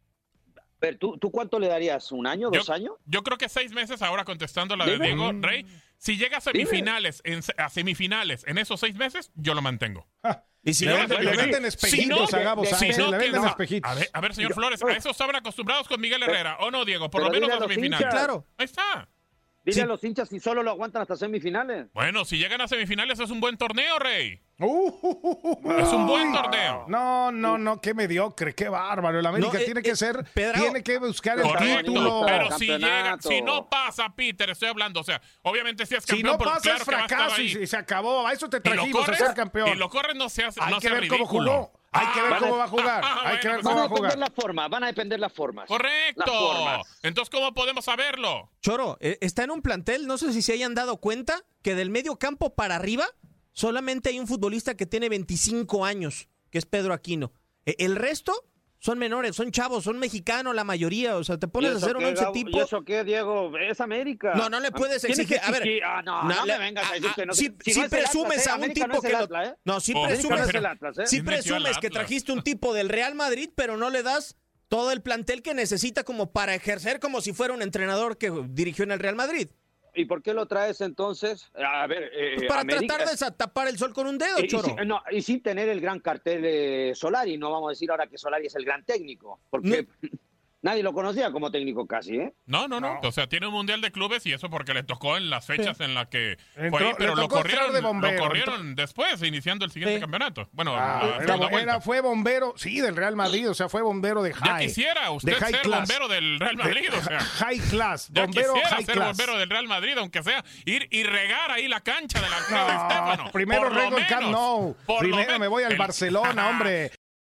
Speaker 6: Pero ¿tú, ¿tú cuánto le darías? ¿Un año, dos
Speaker 5: yo,
Speaker 6: años?
Speaker 5: Yo creo que seis meses ahora contestando la de
Speaker 6: Dime.
Speaker 5: Diego Rey. Si llega a semifinales, en, a semifinales en esos seis meses, yo lo mantengo.
Speaker 3: Y si
Speaker 4: le,
Speaker 3: no,
Speaker 4: venden, le venden espejitos
Speaker 5: si no,
Speaker 4: a Gabo
Speaker 5: si
Speaker 4: Sánchez,
Speaker 5: no,
Speaker 4: le venden
Speaker 5: ¿quién-
Speaker 4: espejitos.
Speaker 5: A ver, a ver, señor Flores, a eso estaban acostumbrados con Miguel Herrera, ¿o no, Diego? Por
Speaker 6: Pero
Speaker 5: lo menos
Speaker 6: dile
Speaker 5: a
Speaker 6: a los
Speaker 5: semifinales.
Speaker 6: hinchas.
Speaker 3: Claro.
Speaker 5: Ahí está.
Speaker 6: Dile
Speaker 3: Sí.
Speaker 6: a los hinchas si solo lo aguantan hasta semifinales.
Speaker 5: Bueno, si llegan a semifinales es un buen torneo, Rey.
Speaker 4: Uh, uh, uh, uh,
Speaker 5: Es un buen
Speaker 4: uy.
Speaker 5: torneo.
Speaker 4: No, no, no, qué mediocre, qué bárbaro. El América
Speaker 3: No, eh,
Speaker 4: tiene que
Speaker 3: eh,
Speaker 4: ser,
Speaker 3: Pedrao.
Speaker 4: tiene que buscar el
Speaker 5: Correcto,
Speaker 4: título.
Speaker 5: pero si llega,
Speaker 6: Campeonato.
Speaker 5: si no pasa, Peter, estoy hablando, o sea, obviamente si es
Speaker 4: Si
Speaker 5: campeón,
Speaker 4: no
Speaker 5: pues
Speaker 4: pasa
Speaker 5: claro
Speaker 4: es
Speaker 5: que va a estar
Speaker 4: fracaso
Speaker 5: ahí.
Speaker 4: y, y se acabó. A eso te
Speaker 5: Y lo
Speaker 4: trajimos
Speaker 5: corres,
Speaker 4: a ser campeón.
Speaker 5: y lo corres no se hace,
Speaker 4: Hay
Speaker 5: no
Speaker 4: que
Speaker 5: sea
Speaker 4: ver cómo
Speaker 5: ridículo.
Speaker 4: jugó. Hay que ver
Speaker 5: Ah,
Speaker 4: cómo va a jugar. Hay que ver
Speaker 5: bueno,
Speaker 4: cómo
Speaker 6: Van
Speaker 4: va
Speaker 6: a
Speaker 4: a jugar.
Speaker 6: depender las formas, van a depender las formas.
Speaker 5: Correcto.
Speaker 6: Las formas.
Speaker 5: Entonces, ¿cómo podemos saberlo?
Speaker 3: Choro, eh, está en un plantel, no sé si se hayan dado cuenta, que del medio campo para arriba solamente hay un futbolista que tiene veinticinco años, que es Pedro Aquino. Eh, el resto son menores, son chavos, son mexicanos la mayoría. O sea, te pones
Speaker 6: ¿Y
Speaker 3: a
Speaker 6: eso
Speaker 3: hacer un
Speaker 6: qué,
Speaker 3: once
Speaker 6: Gabo?
Speaker 3: tipo.
Speaker 6: ¿Y eso qué, Diego? Es América.
Speaker 3: No, no le puedes
Speaker 6: Tiene
Speaker 3: exigir.
Speaker 6: que
Speaker 3: A ver,
Speaker 6: exigir- Ah, no,
Speaker 3: no,
Speaker 6: no,
Speaker 3: le-
Speaker 6: me vengas a decir
Speaker 3: ah,
Speaker 6: que no.
Speaker 3: sí,
Speaker 6: Si
Speaker 3: sí
Speaker 6: no es el
Speaker 3: presumes
Speaker 6: Atlas, ¿eh?
Speaker 3: a un
Speaker 6: América
Speaker 3: tipo
Speaker 6: no es el
Speaker 3: que lo-
Speaker 6: Atlas, ¿eh?
Speaker 3: No, sí
Speaker 5: Oh,
Speaker 6: América no
Speaker 3: presumes.
Speaker 6: es el Atlas, ¿eh?
Speaker 3: Sí
Speaker 5: Sí metió al
Speaker 3: presumes que
Speaker 5: Atlas.
Speaker 3: trajiste un tipo del Real Madrid, pero no le das todo el plantel que necesita como para ejercer como si fuera un entrenador que dirigió en el Real Madrid.
Speaker 6: ¿Y por qué lo traes entonces? A ver, eh,
Speaker 3: Pues para
Speaker 6: América-
Speaker 3: tratar de sa- tapar el sol con un dedo,
Speaker 6: Y, y
Speaker 3: Choro.
Speaker 6: sin, no, y sin tener el gran cartel de Solari, no vamos a decir ahora que Solari es el gran técnico, porque nadie lo conocía como técnico casi, ¿eh?
Speaker 5: No, no, no, O sea, tiene un mundial de clubes y eso porque le tocó en las fechas en las que
Speaker 4: Entró-
Speaker 5: fue ahí, pero
Speaker 4: le
Speaker 5: lo
Speaker 4: tocó
Speaker 5: corrieron,
Speaker 4: entrar de bombero,
Speaker 5: lo corrieron después, iniciando el siguiente
Speaker 3: Sí.
Speaker 5: campeonato. Bueno,
Speaker 4: Ah,
Speaker 5: la
Speaker 4: era,
Speaker 5: segunda vuelta.
Speaker 4: era- fue bombero, sí, del Real Madrid, o sea, fue bombero de
Speaker 5: Ya
Speaker 4: high.
Speaker 5: quisiera usted
Speaker 4: de high
Speaker 5: ser
Speaker 4: class.
Speaker 5: bombero del Real Madrid, o sea.
Speaker 4: High class,
Speaker 5: Ya
Speaker 4: bombero
Speaker 5: quisiera
Speaker 4: high
Speaker 5: ser
Speaker 4: class.
Speaker 5: bombero del Real Madrid, aunque sea ir y regar ahí la cancha del Alfredo Di
Speaker 4: No,
Speaker 5: Stéfano.
Speaker 4: primero
Speaker 5: Por lo
Speaker 4: rego el Camp
Speaker 5: menos,
Speaker 4: Nou.
Speaker 5: por lo
Speaker 4: Primero
Speaker 5: men-
Speaker 4: me voy al
Speaker 5: el-
Speaker 4: Barcelona, hombre.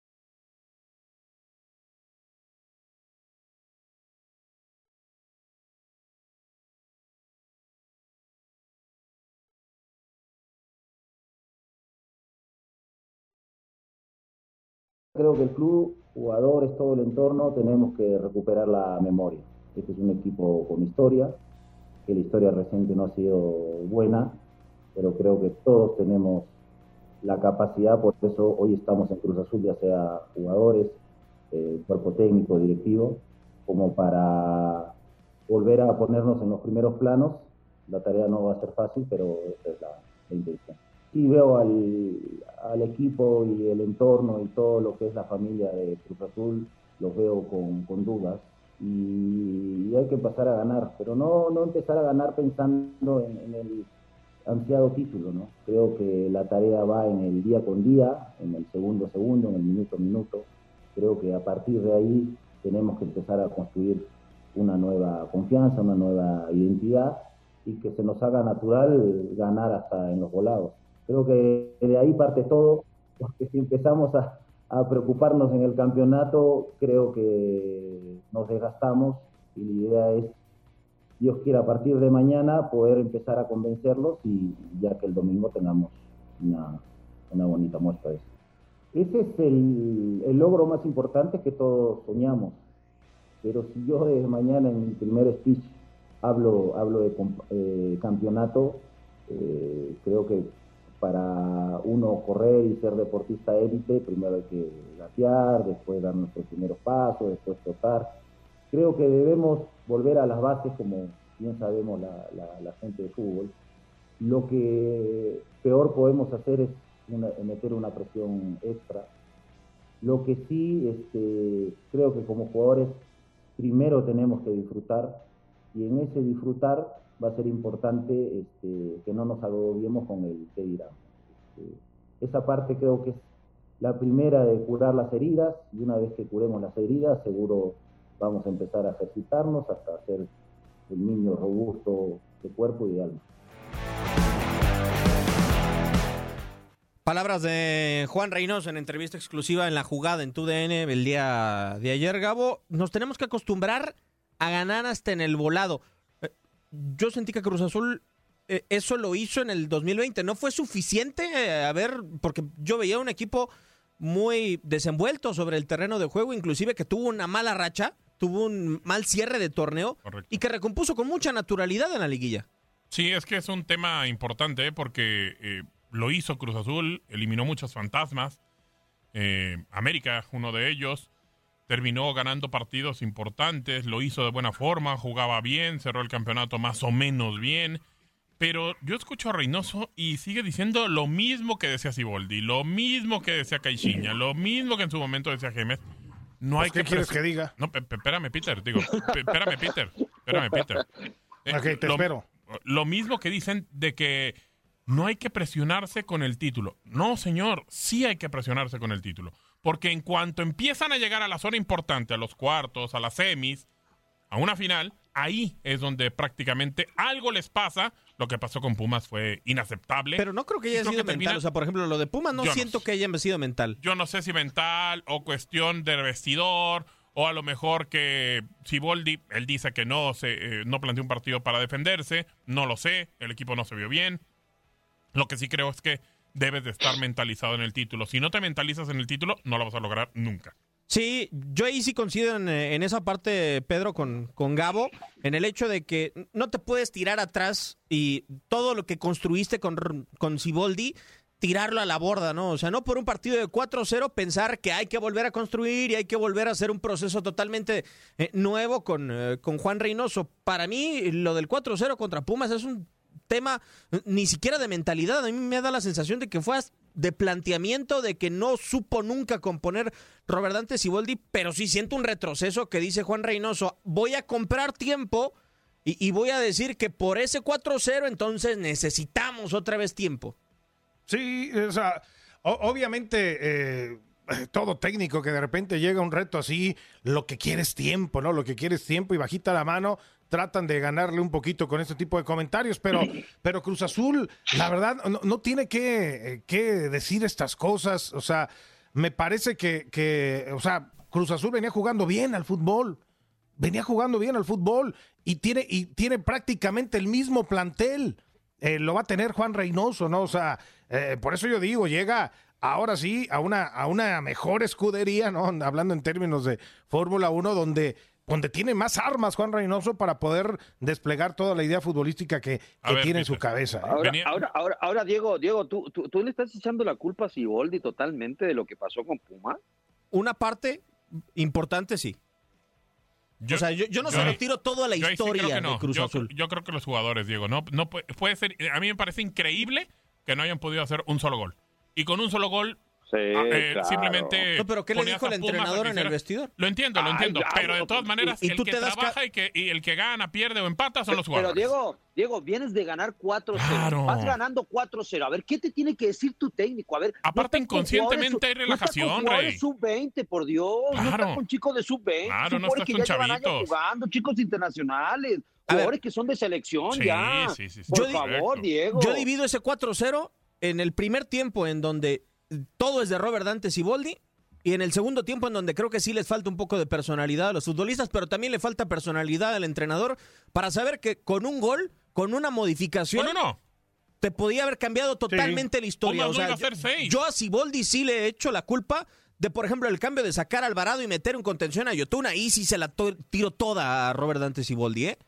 Speaker 7: Creo que el club, jugadores, todo el entorno, tenemos que recuperar la memoria. Este es un equipo con historia, que la historia reciente no ha sido buena, pero creo que todos tenemos la capacidad, por eso hoy estamos en Cruz Azul, ya sea jugadores, eh, cuerpo técnico, directivo, como para volver a ponernos en los primeros planos. La tarea no va a ser fácil, pero esa es la, la intención. Sí veo al, al equipo y el entorno y todo lo que es la familia de Cruz Azul, los veo con, con dudas y, y hay que empezar a ganar, pero no, no empezar a ganar pensando en, en el ansiado título, ¿no? Creo que la tarea va en el día con día, en el segundo a segundo, en el minuto a minuto. Creo que a partir de ahí tenemos que empezar a construir una nueva confianza, una nueva identidad y que se nos haga natural ganar hasta en los volados. Creo que de ahí parte todo, porque si empezamos a, a preocuparnos en el campeonato, creo que nos desgastamos y la idea es, Dios quiera, a partir de mañana poder empezar a convencerlos y ya que el domingo tengamos una, una bonita muestra de eso. Ese es el, el logro más importante que todos soñamos, pero si yo desde mañana en mi primer speech hablo, hablo de eh, campeonato, eh, creo que para uno correr y ser deportista élite, primero hay que gatear, después dar nuestros primeros pasos, después trotar. Creo que debemos volver a las bases, como bien sabemos la, la, la gente de fútbol. Lo que peor podemos hacer es una, meter una presión extra. Lo que sí, este, creo que como jugadores, primero tenemos que disfrutar, y en ese disfrutar va a ser importante este, que no nos agobiemos con el qué dirán. Este, esa parte creo que es la primera de curar las heridas, y una vez que curemos las heridas, seguro vamos a empezar a ejercitarnos hasta ser el niño robusto de cuerpo y de alma.
Speaker 3: Palabras de Juan Reynoso en entrevista exclusiva en La Jugada en TUDN el día de ayer, Gabo. Nos tenemos que acostumbrar a ganar hasta en el volado. Yo sentí que Cruz Azul eh, eso lo hizo en el dos mil veinte. No fue suficiente, eh, a ver, porque yo veía un equipo muy desenvuelto sobre el terreno de juego, inclusive que tuvo una mala racha. tuvo un mal cierre de torneo. Correcto. Y que recompuso con mucha naturalidad en la liguilla.
Speaker 5: Sí, es que es un tema importante, ¿eh? porque eh, lo hizo Cruz Azul, eliminó muchos fantasmas. Eh, América, uno de ellos, terminó ganando partidos importantes, lo hizo de buena forma, jugaba bien, cerró el campeonato más o menos bien. Pero yo escucho a Reynoso y sigue diciendo lo mismo que decía Siboldi, lo mismo que decía Caixinha, lo mismo que en su momento decía Gémez. No
Speaker 4: pues
Speaker 5: hay
Speaker 4: ¿Qué
Speaker 5: que
Speaker 4: quieres que diga?
Speaker 5: No, pe- pe- espérame, Peter, digo, pe- espérame, Peter, espérame, Peter. Eh,
Speaker 4: ok, te
Speaker 5: lo,
Speaker 4: espero.
Speaker 5: Lo mismo que dicen de que no hay que presionarse con el título. No, señor, sí hay que presionarse con el título. Porque en cuanto empiezan a llegar a la zona importante, a los cuartos, a las semis, a una final, ahí es donde prácticamente algo les pasa. Lo que pasó con Pumas fue inaceptable.
Speaker 3: Pero no creo que haya
Speaker 5: creo
Speaker 3: sido
Speaker 5: que
Speaker 3: mental.
Speaker 5: termina...
Speaker 3: O sea, por ejemplo, lo de Pumas no
Speaker 5: Yo
Speaker 3: siento
Speaker 5: no
Speaker 3: que haya sido mental.
Speaker 5: Yo no sé si mental o cuestión de vestidor, o a lo mejor que Siboldi, él dice que no, se, eh, no planteó un partido para defenderse. No lo sé, el equipo no se vio bien. Lo que sí creo es que debes de estar mentalizado en el título. Si no te mentalizas en el título, no lo vas a lograr nunca.
Speaker 3: Sí, yo ahí sí coincido en, en esa parte, Pedro, con, con Gabo, en el hecho de que no te puedes tirar atrás y todo lo que construiste con, con Siboldi, tirarlo a la borda, ¿no? O sea, no por un partido de cuatro cero pensar que hay que volver a construir y hay que volver a hacer un proceso totalmente eh, nuevo con, eh, con Juan Reynoso. Para mí, lo del cuatro cero contra Pumas es un tema ni siquiera de mentalidad. A mí me da la sensación de que fue de planteamiento, de que no supo nunca componer Robert Dante Siboldi, pero sí siento un retroceso que dice Juan Reynoso, voy a comprar tiempo y, y voy a decir que por ese cuatro cero entonces necesitamos otra vez tiempo.
Speaker 4: Sí, o sea, o- obviamente eh, todo técnico que de repente llega a un reto así, lo que quiere es tiempo, ¿no? Lo que quiere es tiempo y bajita la mano, tratan de ganarle un poquito con este tipo de comentarios, pero, pero Cruz Azul, la verdad, no, no tiene que, que decir estas cosas. O sea, me parece que, que, o sea, Cruz Azul venía jugando bien al fútbol, venía jugando bien al fútbol y tiene, y tiene prácticamente el mismo plantel. Eh, lo va a tener Juan Reynoso, ¿no? O sea, eh, por eso yo digo, llega ahora sí a una, a una mejor escudería, ¿no? Hablando en términos de Fórmula uno, donde donde tiene más armas Juan Reynoso para poder desplegar toda la idea futbolística que, que
Speaker 5: ver,
Speaker 4: tiene en
Speaker 5: Peter.
Speaker 4: su cabeza. ¿eh?
Speaker 6: Ahora,
Speaker 5: Venía-
Speaker 6: ahora, ahora, ahora, Diego, Diego, ¿tú, tú, tú le estás echando la culpa a Siboldi totalmente de lo que pasó con Puma.
Speaker 3: Una parte importante sí.
Speaker 5: Yo-
Speaker 3: o sea, yo, yo no
Speaker 5: yo
Speaker 3: se
Speaker 5: ahí-
Speaker 3: lo tiro todo a la
Speaker 5: yo ahí sí
Speaker 3: historia
Speaker 5: creo que no.
Speaker 3: de Cruz
Speaker 5: yo,
Speaker 3: Azul.
Speaker 5: Yo creo que los jugadores, Diego, no, no puede, puede ser. A mí me parece increíble que no hayan podido hacer un solo gol. Y con un solo gol,
Speaker 6: Sí,
Speaker 5: eh,
Speaker 6: claro.
Speaker 5: simplemente.
Speaker 3: No, pero ¿qué le
Speaker 5: ponías
Speaker 3: dijo el
Speaker 5: a Pumas a
Speaker 3: entrenador
Speaker 5: que
Speaker 3: en el
Speaker 5: hiciera-
Speaker 3: vestidor?
Speaker 5: Lo entiendo, lo
Speaker 6: Ay,
Speaker 5: entiendo.
Speaker 6: ya,
Speaker 5: pero de
Speaker 6: no,
Speaker 5: todas maneras,
Speaker 3: y
Speaker 5: el
Speaker 3: tú
Speaker 5: que
Speaker 3: te das
Speaker 5: trabaja
Speaker 3: ca-
Speaker 5: y, que, y el que gana, pierde o empata son los
Speaker 6: Pero
Speaker 5: jugadores.
Speaker 6: Diego, Diego, vienes de ganar cuatro cero.
Speaker 5: Claro.
Speaker 6: Vas ganando cuatro cero. A ver, ¿qué te tiene que decir tu técnico? A ver,
Speaker 5: Aparte,
Speaker 6: estás con
Speaker 5: inconscientemente hay
Speaker 6: jugadores- no estás con
Speaker 5: relajación,
Speaker 6: jugadores
Speaker 5: Rey.
Speaker 6: sub veinte, por Dios. No
Speaker 5: Claro.
Speaker 6: estás con chicos de sub veinte.
Speaker 5: Claro, no
Speaker 6: jugadores
Speaker 5: estás
Speaker 6: que
Speaker 5: con
Speaker 6: ya llevan años
Speaker 5: chavitos.
Speaker 6: jugando, chicos internacionales.
Speaker 3: A ver.
Speaker 6: Jugadores que son de selección
Speaker 5: Sí,
Speaker 6: ya.
Speaker 5: sí, sí, sí.
Speaker 6: Por
Speaker 3: Yo di-
Speaker 6: favor,
Speaker 5: Correcto.
Speaker 6: Diego.
Speaker 3: Yo divido ese cuatro cero en el primer tiempo en donde todo es de Robert Dante Siboldi y en el segundo tiempo en donde creo que sí les falta un poco de personalidad a los futbolistas, pero también le falta personalidad al entrenador para saber que con un gol, con una modificación,
Speaker 5: Bueno, no.
Speaker 3: te podía haber cambiado totalmente la historia.
Speaker 5: Pumas
Speaker 3: O
Speaker 5: no
Speaker 3: sea,
Speaker 5: iba a hacer seis.
Speaker 3: yo a Siboldi sí le he hecho la culpa de, por ejemplo, el cambio de sacar a Alvarado y meter un contención a Yotun. Ahí sí se la to- tiro toda a Robert Dante Siboldi, ¿eh?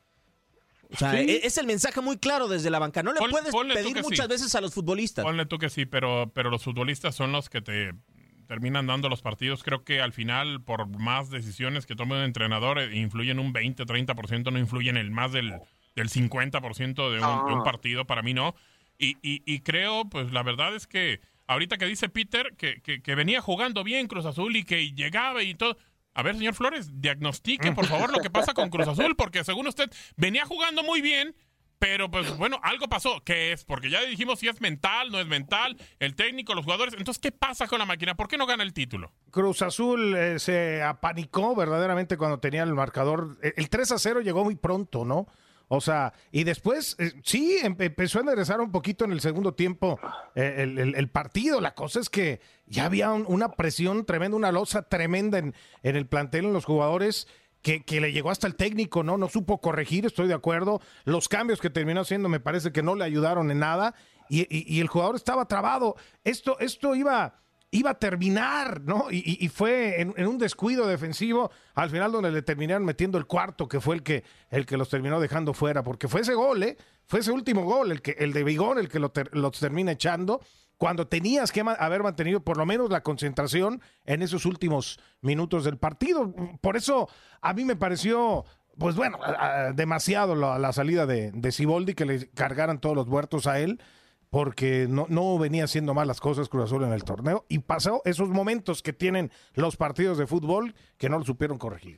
Speaker 3: O sea,
Speaker 6: Sí.
Speaker 3: e- es el mensaje muy claro desde la banca. No le
Speaker 5: Pon-
Speaker 3: puedes
Speaker 5: ponle tú
Speaker 3: pedir
Speaker 5: que
Speaker 3: muchas
Speaker 5: sí.
Speaker 3: veces a los futbolistas.
Speaker 5: Ponle tú que sí, pero, pero los futbolistas son los que te terminan dando los partidos. Creo que al final, por más decisiones que tome un entrenador, eh, influyen un veinte, treinta por ciento, no influyen el más del, del cincuenta por ciento de un, de un partido. Para mí no. Y, y, y creo, pues la verdad es que ahorita que dice Peter que, que, que venía jugando bien Cruz Azul y que llegaba y todo. A ver, señor Flores, diagnostique por favor lo que pasa con Cruz Azul, porque según usted venía jugando muy bien, pero pues bueno, algo pasó. ¿Qué es? Porque ya dijimos si es mental, no es mental, el técnico, los jugadores. Entonces, ¿qué pasa con la máquina? ¿Por qué no gana el título?
Speaker 4: Cruz Azul eh, se apanicó verdaderamente cuando tenía el marcador. Eh, El tres a cero llegó muy pronto, ¿no? O sea, y después eh, sí em- empezó a enderezar un poquito en el segundo tiempo eh, el, el- el partido. La cosa es que ya había un- una presión tremenda, una losa tremenda en, en el plantel, en los jugadores, que, que le llegó hasta el técnico, ¿no? No supo corregir, estoy de acuerdo. Los cambios que terminó haciendo me parece que no le ayudaron en nada y, y- y el jugador estaba trabado. Esto, esto iba... iba a terminar, ¿no? Y, y, y fue en, en un descuido defensivo, al final donde le terminaron metiendo el cuarto, que fue el que, el que los terminó dejando fuera, porque fue ese gol, ¿eh? Fue ese último gol, el, que, el de Bigón, el que lo ter, los termina echando, cuando tenías que ma- haber mantenido por lo menos la concentración en esos últimos minutos del partido. Por eso a mí me pareció, pues bueno, a, a, demasiado la, la salida de, de Siboldi, que le cargaran todos los muertos a él, porque no, no venía haciendo mal las cosas Cruz Azul en el torneo, y pasó esos momentos que tienen los partidos de fútbol que no lo supieron corregir.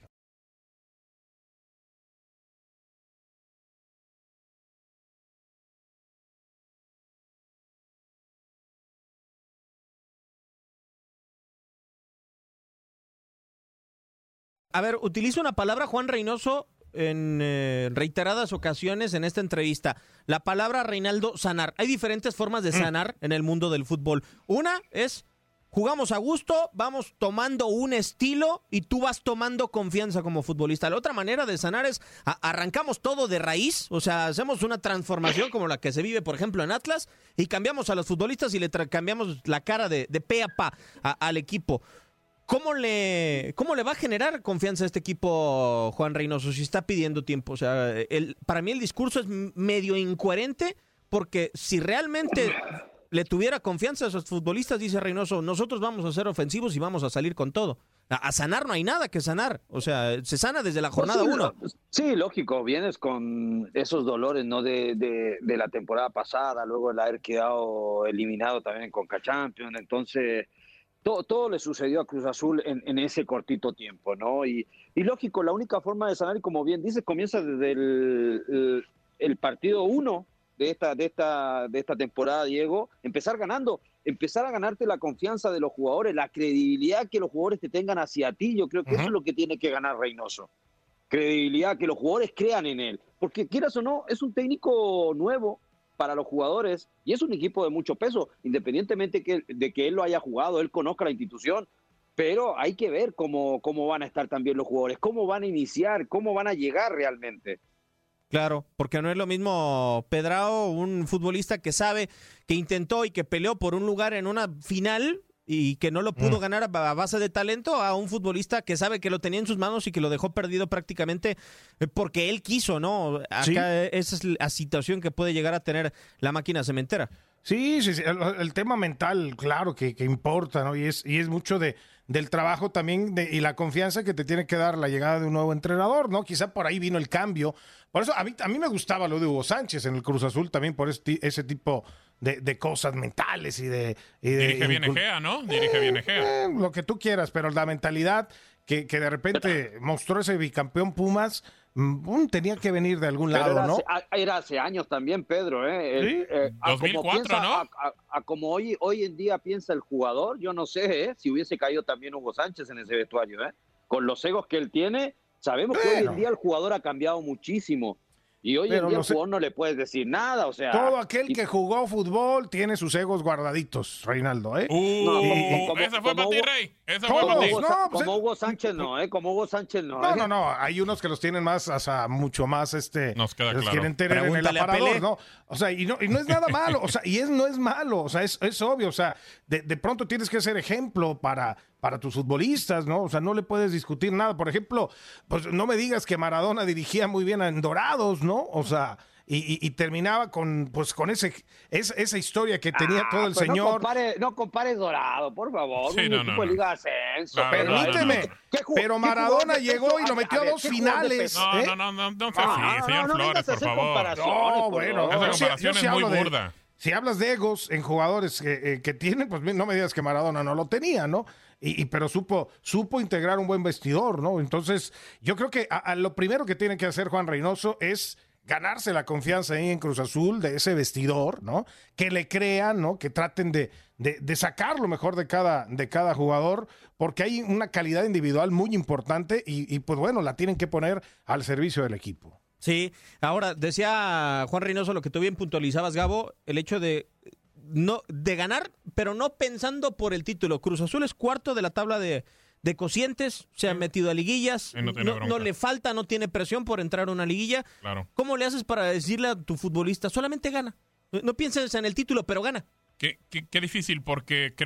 Speaker 3: A ver, utilizo una palabra, Juan Reynoso, en eh, reiteradas ocasiones en esta entrevista. La palabra, Reinaldo, sanar. Hay diferentes formas de sanar en el mundo del fútbol. Una es, jugamos a gusto, vamos tomando un estilo y tú vas tomando confianza como futbolista. La otra manera de sanar es, a- arrancamos todo de raíz, o sea, hacemos una transformación como la que se vive, por ejemplo, en Atlas, y cambiamos a los futbolistas y le tra- cambiamos la cara de, de pe a pa a- al equipo. ¿Cómo le, ¿Cómo le va a generar confianza a este equipo, Juan Reynoso, si está pidiendo tiempo? O sea, el, para mí el discurso es medio incoherente, porque si realmente le tuviera confianza a esos futbolistas, dice Reynoso, nosotros vamos a ser ofensivos y vamos a salir con todo. A, a sanar no hay nada que sanar. O sea, se sana desde la jornada
Speaker 6: Pues sí,
Speaker 3: uno.
Speaker 6: lo- Sí, lógico, vienes con esos dolores, ¿no? De, de, de la temporada pasada, luego el haber quedado eliminado también en Conca Champions, entonces todo, todo le sucedió a Cruz Azul en, en ese cortito tiempo, ¿no? Y, y lógico, la única forma de sanar, y como bien dices, comienza desde el, el, el partido uno de esta, de, esta, de esta temporada, Diego, empezar ganando, empezar a ganarte la confianza de los jugadores, la credibilidad que los jugadores te tengan hacia ti. Yo creo que uh-huh. eso es lo que tiene que ganar Reynoso. Credibilidad, que los jugadores crean en él, porque quieras o no, es un técnico nuevo para los jugadores y es un equipo de mucho peso, independientemente que, de que él lo haya jugado, él conozca la institución, pero hay que ver cómo, cómo van a estar también los jugadores, cómo van a iniciar, cómo van a llegar realmente.
Speaker 3: Claro, porque no es lo mismo Pedrao, un futbolista que sabe, que intentó y que peleó por un lugar en una final y que no lo pudo mm. ganar a base de talento, a un futbolista que sabe que lo tenía en sus manos y que lo dejó perdido prácticamente porque él quiso, ¿no? Acá ¿sí? Esa es la situación que puede llegar a tener la máquina cementera.
Speaker 4: Sí, sí, sí. El, el tema mental, claro, que, que importa, ¿no? Y es, y es mucho de, del trabajo también de, y la confianza que te tiene que dar la llegada de un nuevo entrenador, ¿no? Quizá por ahí vino el cambio. Por eso a mí, a mí me gustaba lo de Hugo Sánchez en el Cruz Azul también por ese, ese tipo de, de cosas mentales y de... Y de
Speaker 5: Dirige bien Egea, ¿no? Dirige bien Egea.
Speaker 4: Eh, lo que tú quieras, pero la mentalidad que, que de repente mostró ese bicampeón Pumas... Mm, tenía que venir de algún lado,
Speaker 6: era
Speaker 4: ¿no?
Speaker 6: Hace, era hace años también, Pedro, ¿eh? El,
Speaker 5: ¿Sí?
Speaker 6: eh
Speaker 5: dos mil cuatro,
Speaker 6: piensa,
Speaker 5: ¿no?
Speaker 6: A, a, a como hoy, hoy en día piensa el jugador, yo no sé, ¿eh? Si hubiese caído también Hugo Sánchez en ese vestuario, ¿eh? Con los egos que él tiene, sabemos bueno. que hoy en día el jugador ha cambiado muchísimo. Y hoy Pero en día al jugador no le puedes decir nada, o sea...
Speaker 4: Todo aquel
Speaker 6: y...
Speaker 4: que jugó fútbol tiene sus egos guardaditos, Reinaldo, ¿eh?
Speaker 5: Uh, no, como, como, ese fue para ti, Rey. Ese fue para ti.
Speaker 6: Hugo,
Speaker 4: no,
Speaker 6: como
Speaker 4: pues,
Speaker 6: Hugo Sánchez no, ¿eh? Como Hugo Sánchez no.
Speaker 4: No,
Speaker 6: ¿eh?
Speaker 4: no, no. Hay unos que los tienen más, o sea, mucho más, este...
Speaker 5: Nos queda
Speaker 4: los
Speaker 5: claro.
Speaker 4: quieren tener Pregúntale en el aparador, ¿no? O sea, y no, y no es nada malo, o sea, y es, no es malo, o sea, es, es obvio, o sea, de, de pronto tienes que ser ejemplo para... para tus futbolistas, ¿no? O sea, no le puedes discutir nada. Por ejemplo, pues no me digas que Maradona dirigía muy bien en Dorados, ¿no? O sea, y, y, y terminaba con, pues, con ese, es, esa historia que tenía
Speaker 6: ah,
Speaker 4: todo el
Speaker 6: pues
Speaker 4: señor.
Speaker 6: No compares no compare Dorado, por favor.
Speaker 5: Sí,
Speaker 6: un
Speaker 5: no,
Speaker 6: equipo
Speaker 5: no,
Speaker 6: de
Speaker 5: no.
Speaker 6: Liga de Ascenso.
Speaker 5: Claro,
Speaker 4: Permíteme,
Speaker 5: no, no,
Speaker 6: no.
Speaker 4: pero Maradona llegó y lo metió a, a, a dos
Speaker 6: ver,
Speaker 4: finales.
Speaker 5: No,
Speaker 4: ¿eh?
Speaker 5: no, no, no, no sea así,
Speaker 6: no,
Speaker 5: señor
Speaker 6: no, no,
Speaker 5: Flores,
Speaker 6: no
Speaker 5: por favor.
Speaker 4: No, bueno.
Speaker 5: Esa
Speaker 4: Yo sí,
Speaker 5: comparación
Speaker 4: yo sí
Speaker 5: es muy
Speaker 4: hablo
Speaker 5: burda.
Speaker 4: De, si hablas de egos en jugadores que, eh, que tienen, pues no me digas que Maradona no lo tenía, ¿no? Y, y pero supo supo integrar un buen vestidor, ¿no? Entonces, yo creo que a, a lo primero que tiene que hacer Juan Reynoso es ganarse la confianza ahí en Cruz Azul de ese vestidor, ¿no? Que le crean, ¿no? Que traten de, de, de sacar lo mejor de cada, de cada jugador, porque hay una calidad individual muy importante y, y pues bueno, la tienen que poner al servicio del equipo.
Speaker 3: Sí, ahora decía Juan Reynoso lo que tú bien puntualizabas, Gabo, el hecho de no de ganar, pero no pensando por el título. Cruz Azul es cuarto de la tabla de, de cocientes, se ha metido a liguillas,
Speaker 5: no,
Speaker 3: no, no le falta, no tiene presión por entrar a una liguilla.
Speaker 5: Claro.
Speaker 3: ¿Cómo le haces para decirle a tu futbolista, solamente gana? No pienses en el título, pero gana.
Speaker 5: Qué, qué, qué difícil, porque creo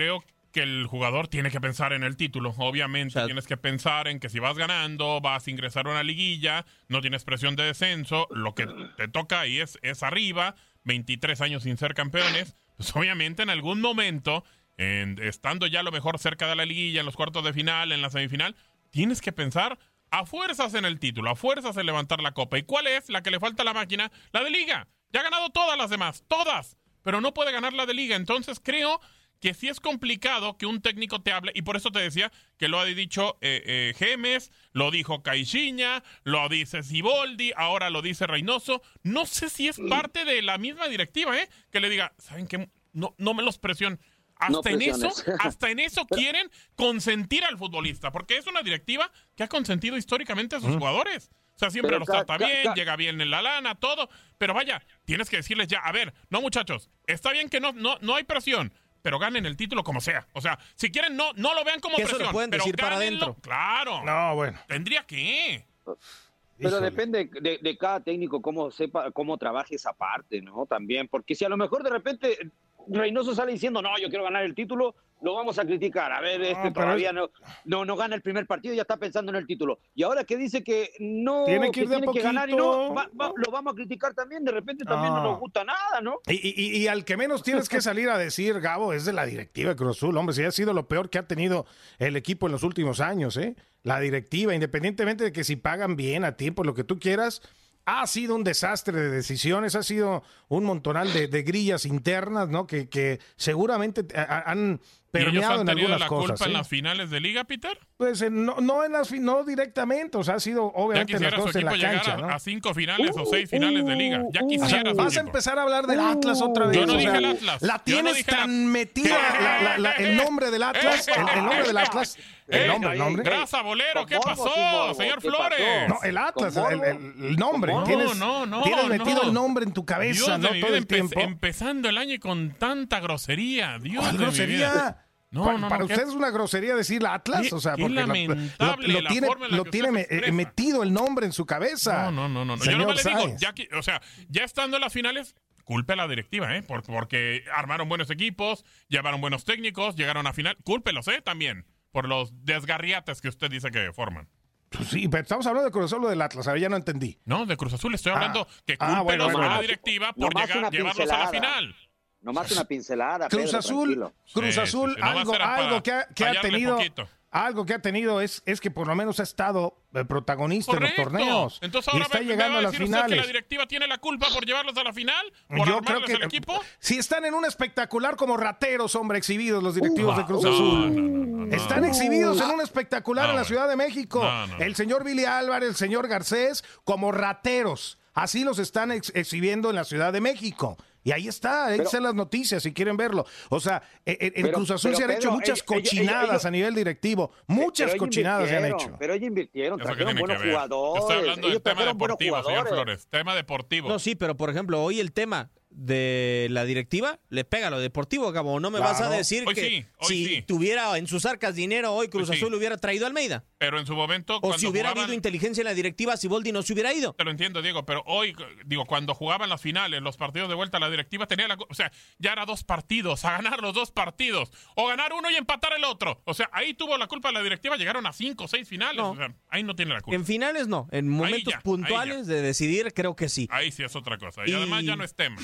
Speaker 5: que el jugador tiene que pensar en el título. Obviamente o sea, tienes que pensar en que si vas ganando, vas a ingresar a una liguilla, no tienes presión de descenso, lo que te toca ahí es, es arriba, veintitrés años sin ser campeones, pues obviamente en algún momento, en, estando ya a lo mejor cerca de la liguilla, en los cuartos de final, en la semifinal, tienes que pensar a fuerzas en el título, a fuerzas en levantar la copa. ¿Y cuál es la que le falta a la máquina? La de Liga. Ya ha ganado todas las demás, todas, pero no puede ganar la de Liga. Entonces creo que sí es complicado que un técnico te hable, y por eso te decía que lo ha dicho eh, eh, Gemes, lo dijo Caixinha, lo dice Siboldi, ahora lo dice Reynoso. No sé si es parte de la misma directiva, ¿eh? Que le diga, ¿saben qué? No, no me los presionen. Hasta no en eso, hasta en eso quieren consentir al futbolista, porque es una directiva que ha consentido históricamente a sus uh-huh. jugadores. O sea, siempre pero los trata ca, bien, ca, llega bien en la lana, todo. Pero vaya, tienes que decirles ya, a ver, no muchachos, está bien que no, no, no hay presión, pero ganen el título como sea. O sea, si quieren, no, no lo vean como
Speaker 3: que
Speaker 5: presión.
Speaker 3: Eso lo pueden
Speaker 5: pero
Speaker 3: decir para adentro.
Speaker 5: Claro.
Speaker 4: No, bueno.
Speaker 5: Tendría que.
Speaker 6: Pero
Speaker 4: Híjole.
Speaker 6: depende de, de cada técnico cómo sepa, cómo trabaje esa parte, ¿no? También, porque si a lo mejor de repente Reynoso sale diciendo, no, yo quiero ganar el título, lo vamos a criticar. A ver, este no, todavía es... no, no, no gana el primer partido, ya está pensando en el título. Y ahora que dice que no,
Speaker 4: tiene que,
Speaker 6: que, tiene que ganar y no, va, va,
Speaker 4: no,
Speaker 6: lo vamos a criticar también, de repente también no, no nos gusta nada, ¿no?
Speaker 4: Y, y, y al que menos tienes que salir a decir, Gabo, es de la directiva de Cruz Azul. Hombre, si ha sido lo peor que ha tenido el equipo en los últimos años, ¿eh? La directiva, independientemente de que si pagan bien a tiempo, lo que tú quieras, ha sido un desastre de decisiones, ha sido un montonal de, de grillas internas, ¿no? Que, que seguramente han permeado en algunas
Speaker 5: la
Speaker 4: cosas.
Speaker 5: culpa
Speaker 4: ¿sí?
Speaker 5: en las finales de Liga, Peter?
Speaker 4: Pues eh, no, no en las no directamente, o sea, ha sido obviamente en las cosas en la cancha, ¿no?
Speaker 5: A cinco finales uh, o seis finales uh, de Liga. Ya quisiera.
Speaker 4: Uh, vas a empezar a hablar del Atlas otra vez.
Speaker 5: Yo no
Speaker 4: o
Speaker 5: dije
Speaker 4: sea,
Speaker 5: el Atlas.
Speaker 4: La tienes
Speaker 5: no
Speaker 4: tan
Speaker 5: la...
Speaker 4: metida la, la, la, el nombre del Atlas, el, el nombre del Atlas. El nombre, el nombre.
Speaker 5: Grasa, bolero, ¿qué pasó, señor Flores?
Speaker 4: No, el Atlas, el, el, el nombre. Tienes,
Speaker 5: no, no,
Speaker 4: tienes metido
Speaker 5: no.
Speaker 4: el nombre en tu cabeza,
Speaker 5: Dios
Speaker 4: ¿no? Todo el
Speaker 5: empe-
Speaker 4: tiempo.
Speaker 5: Empezando el año con tanta grosería. Dios
Speaker 4: ¿Cuál
Speaker 5: de
Speaker 4: grosería?
Speaker 5: mi vida. No,
Speaker 4: para
Speaker 5: no,
Speaker 4: para
Speaker 5: no,
Speaker 4: usted
Speaker 5: qué,
Speaker 4: es una grosería decir Atlas, o sea,
Speaker 5: qué
Speaker 4: porque
Speaker 5: lamentable
Speaker 4: lo, lo, lo
Speaker 5: la
Speaker 4: tiene,
Speaker 5: forma en la
Speaker 4: lo
Speaker 5: que
Speaker 4: tiene
Speaker 5: usted
Speaker 4: me, metido el nombre en su cabeza.
Speaker 5: No, no, no, no. no. Yo no me le digo, ya que, o sea, ya estando en las finales, culpe a la directiva, ¿eh? Porque, porque armaron buenos equipos, llevaron buenos técnicos, llegaron a final. Cúlpelos, ¿eh? También, por los desgarriates que usted dice que forman.
Speaker 4: Pues sí, pero estamos hablando de Cruz Azul o del Atlas, a ver, ya no entendí.
Speaker 5: No, de Cruz Azul estoy hablando
Speaker 4: ah,
Speaker 5: que cúlpelos
Speaker 4: ah, bueno, bueno,
Speaker 5: a la
Speaker 4: bueno.
Speaker 5: directiva por
Speaker 6: no
Speaker 5: llegar, llevarlos a la final.
Speaker 6: Nomás una pincelada,
Speaker 4: Cruz
Speaker 6: Pedro,
Speaker 4: Azul,
Speaker 6: tranquilo.
Speaker 4: Cruz
Speaker 5: Sí,
Speaker 4: Azul,
Speaker 5: sí, sí.
Speaker 4: algo, algo que ha, que ha tenido,
Speaker 5: poquito.
Speaker 4: algo que ha tenido es, es que por lo menos ha estado eh, protagonista
Speaker 5: Correcto.
Speaker 4: en los torneos.
Speaker 5: Entonces
Speaker 4: y
Speaker 5: ahora
Speaker 4: está
Speaker 5: me,
Speaker 4: llegando
Speaker 5: me
Speaker 4: a
Speaker 5: va a
Speaker 4: las
Speaker 5: decir usted
Speaker 4: finales.
Speaker 5: que la directiva tiene la culpa por llevarlos a la final, por
Speaker 4: Yo
Speaker 5: armarles
Speaker 4: creo que
Speaker 5: el equipo.
Speaker 4: Si están en un espectacular como rateros, hombre, exhibidos los directivos
Speaker 6: Uh,
Speaker 4: de Cruz
Speaker 5: no,
Speaker 4: Azul.
Speaker 5: no, no, no,
Speaker 4: Están
Speaker 5: no.
Speaker 4: exhibidos en un espectacular
Speaker 5: No,
Speaker 4: en la
Speaker 5: bueno.
Speaker 4: Ciudad de México.
Speaker 5: No, no, no.
Speaker 4: El señor Billy Álvarez, el señor Garcés, como rateros. Así los están ex- exhibiendo en la Ciudad de México. Y ahí está, ahí
Speaker 6: Pero-
Speaker 4: están las noticias si quieren verlo. O sea, en, en
Speaker 6: Pero-
Speaker 4: Cruz Azul
Speaker 6: pero,
Speaker 4: se han
Speaker 6: Pedro,
Speaker 4: hecho muchas
Speaker 6: ellos- ellos-
Speaker 4: cochinadas
Speaker 6: ellos-
Speaker 4: a nivel directivo. Muchas
Speaker 6: Pero ellos
Speaker 4: cochinadas se han
Speaker 6: invirtieron,
Speaker 4: hecho.
Speaker 6: Pero ellos invirtieron,
Speaker 5: Eso que
Speaker 6: trajeron
Speaker 5: tiene que
Speaker 6: buenos
Speaker 5: ver.
Speaker 6: jugadores.
Speaker 5: Estoy hablando del
Speaker 6: ellos
Speaker 5: tema
Speaker 6: trajeron buenos
Speaker 5: deportivo, señor
Speaker 6: jugadores.
Speaker 5: Flores. Tema deportivo.
Speaker 3: No, sí, pero por ejemplo, hoy el tema de la directiva le pega a lo deportivo, Gabo. No me
Speaker 4: Claro.
Speaker 3: vas a decir
Speaker 5: Hoy
Speaker 3: que
Speaker 5: sí, hoy
Speaker 3: si
Speaker 5: sí.
Speaker 3: tuviera en sus arcas dinero hoy Cruz
Speaker 5: Hoy sí.
Speaker 3: Azul hubiera traído a Almeida.
Speaker 5: Pero en su momento,
Speaker 3: O
Speaker 5: cuando
Speaker 3: si hubiera
Speaker 5: jugaban,
Speaker 3: habido inteligencia en la directiva, si Boldi no se hubiera ido.
Speaker 5: te lo entiendo, Diego, pero hoy, digo, cuando jugaban las finales, los partidos de vuelta, la directiva tenía la... O sea, ya era dos partidos, a ganar los dos partidos, o ganar uno y empatar el otro. O sea, ahí tuvo la culpa la directiva, llegaron a cinco o seis finales.
Speaker 3: No.
Speaker 5: O sea, ahí no tiene la culpa.
Speaker 3: En finales no, en momentos
Speaker 5: ya, ahí
Speaker 3: puntuales de decidir creo que sí.
Speaker 5: Ahí sí es otra cosa. Y,
Speaker 3: Y-
Speaker 5: además ya no es tema.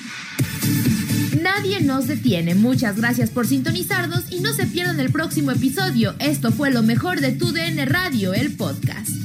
Speaker 1: Nadie nos detiene. Muchas gracias por sintonizarnos y no se pierdan el próximo episodio. Esto fue lo mejor de Tu D N Radio, el podcast.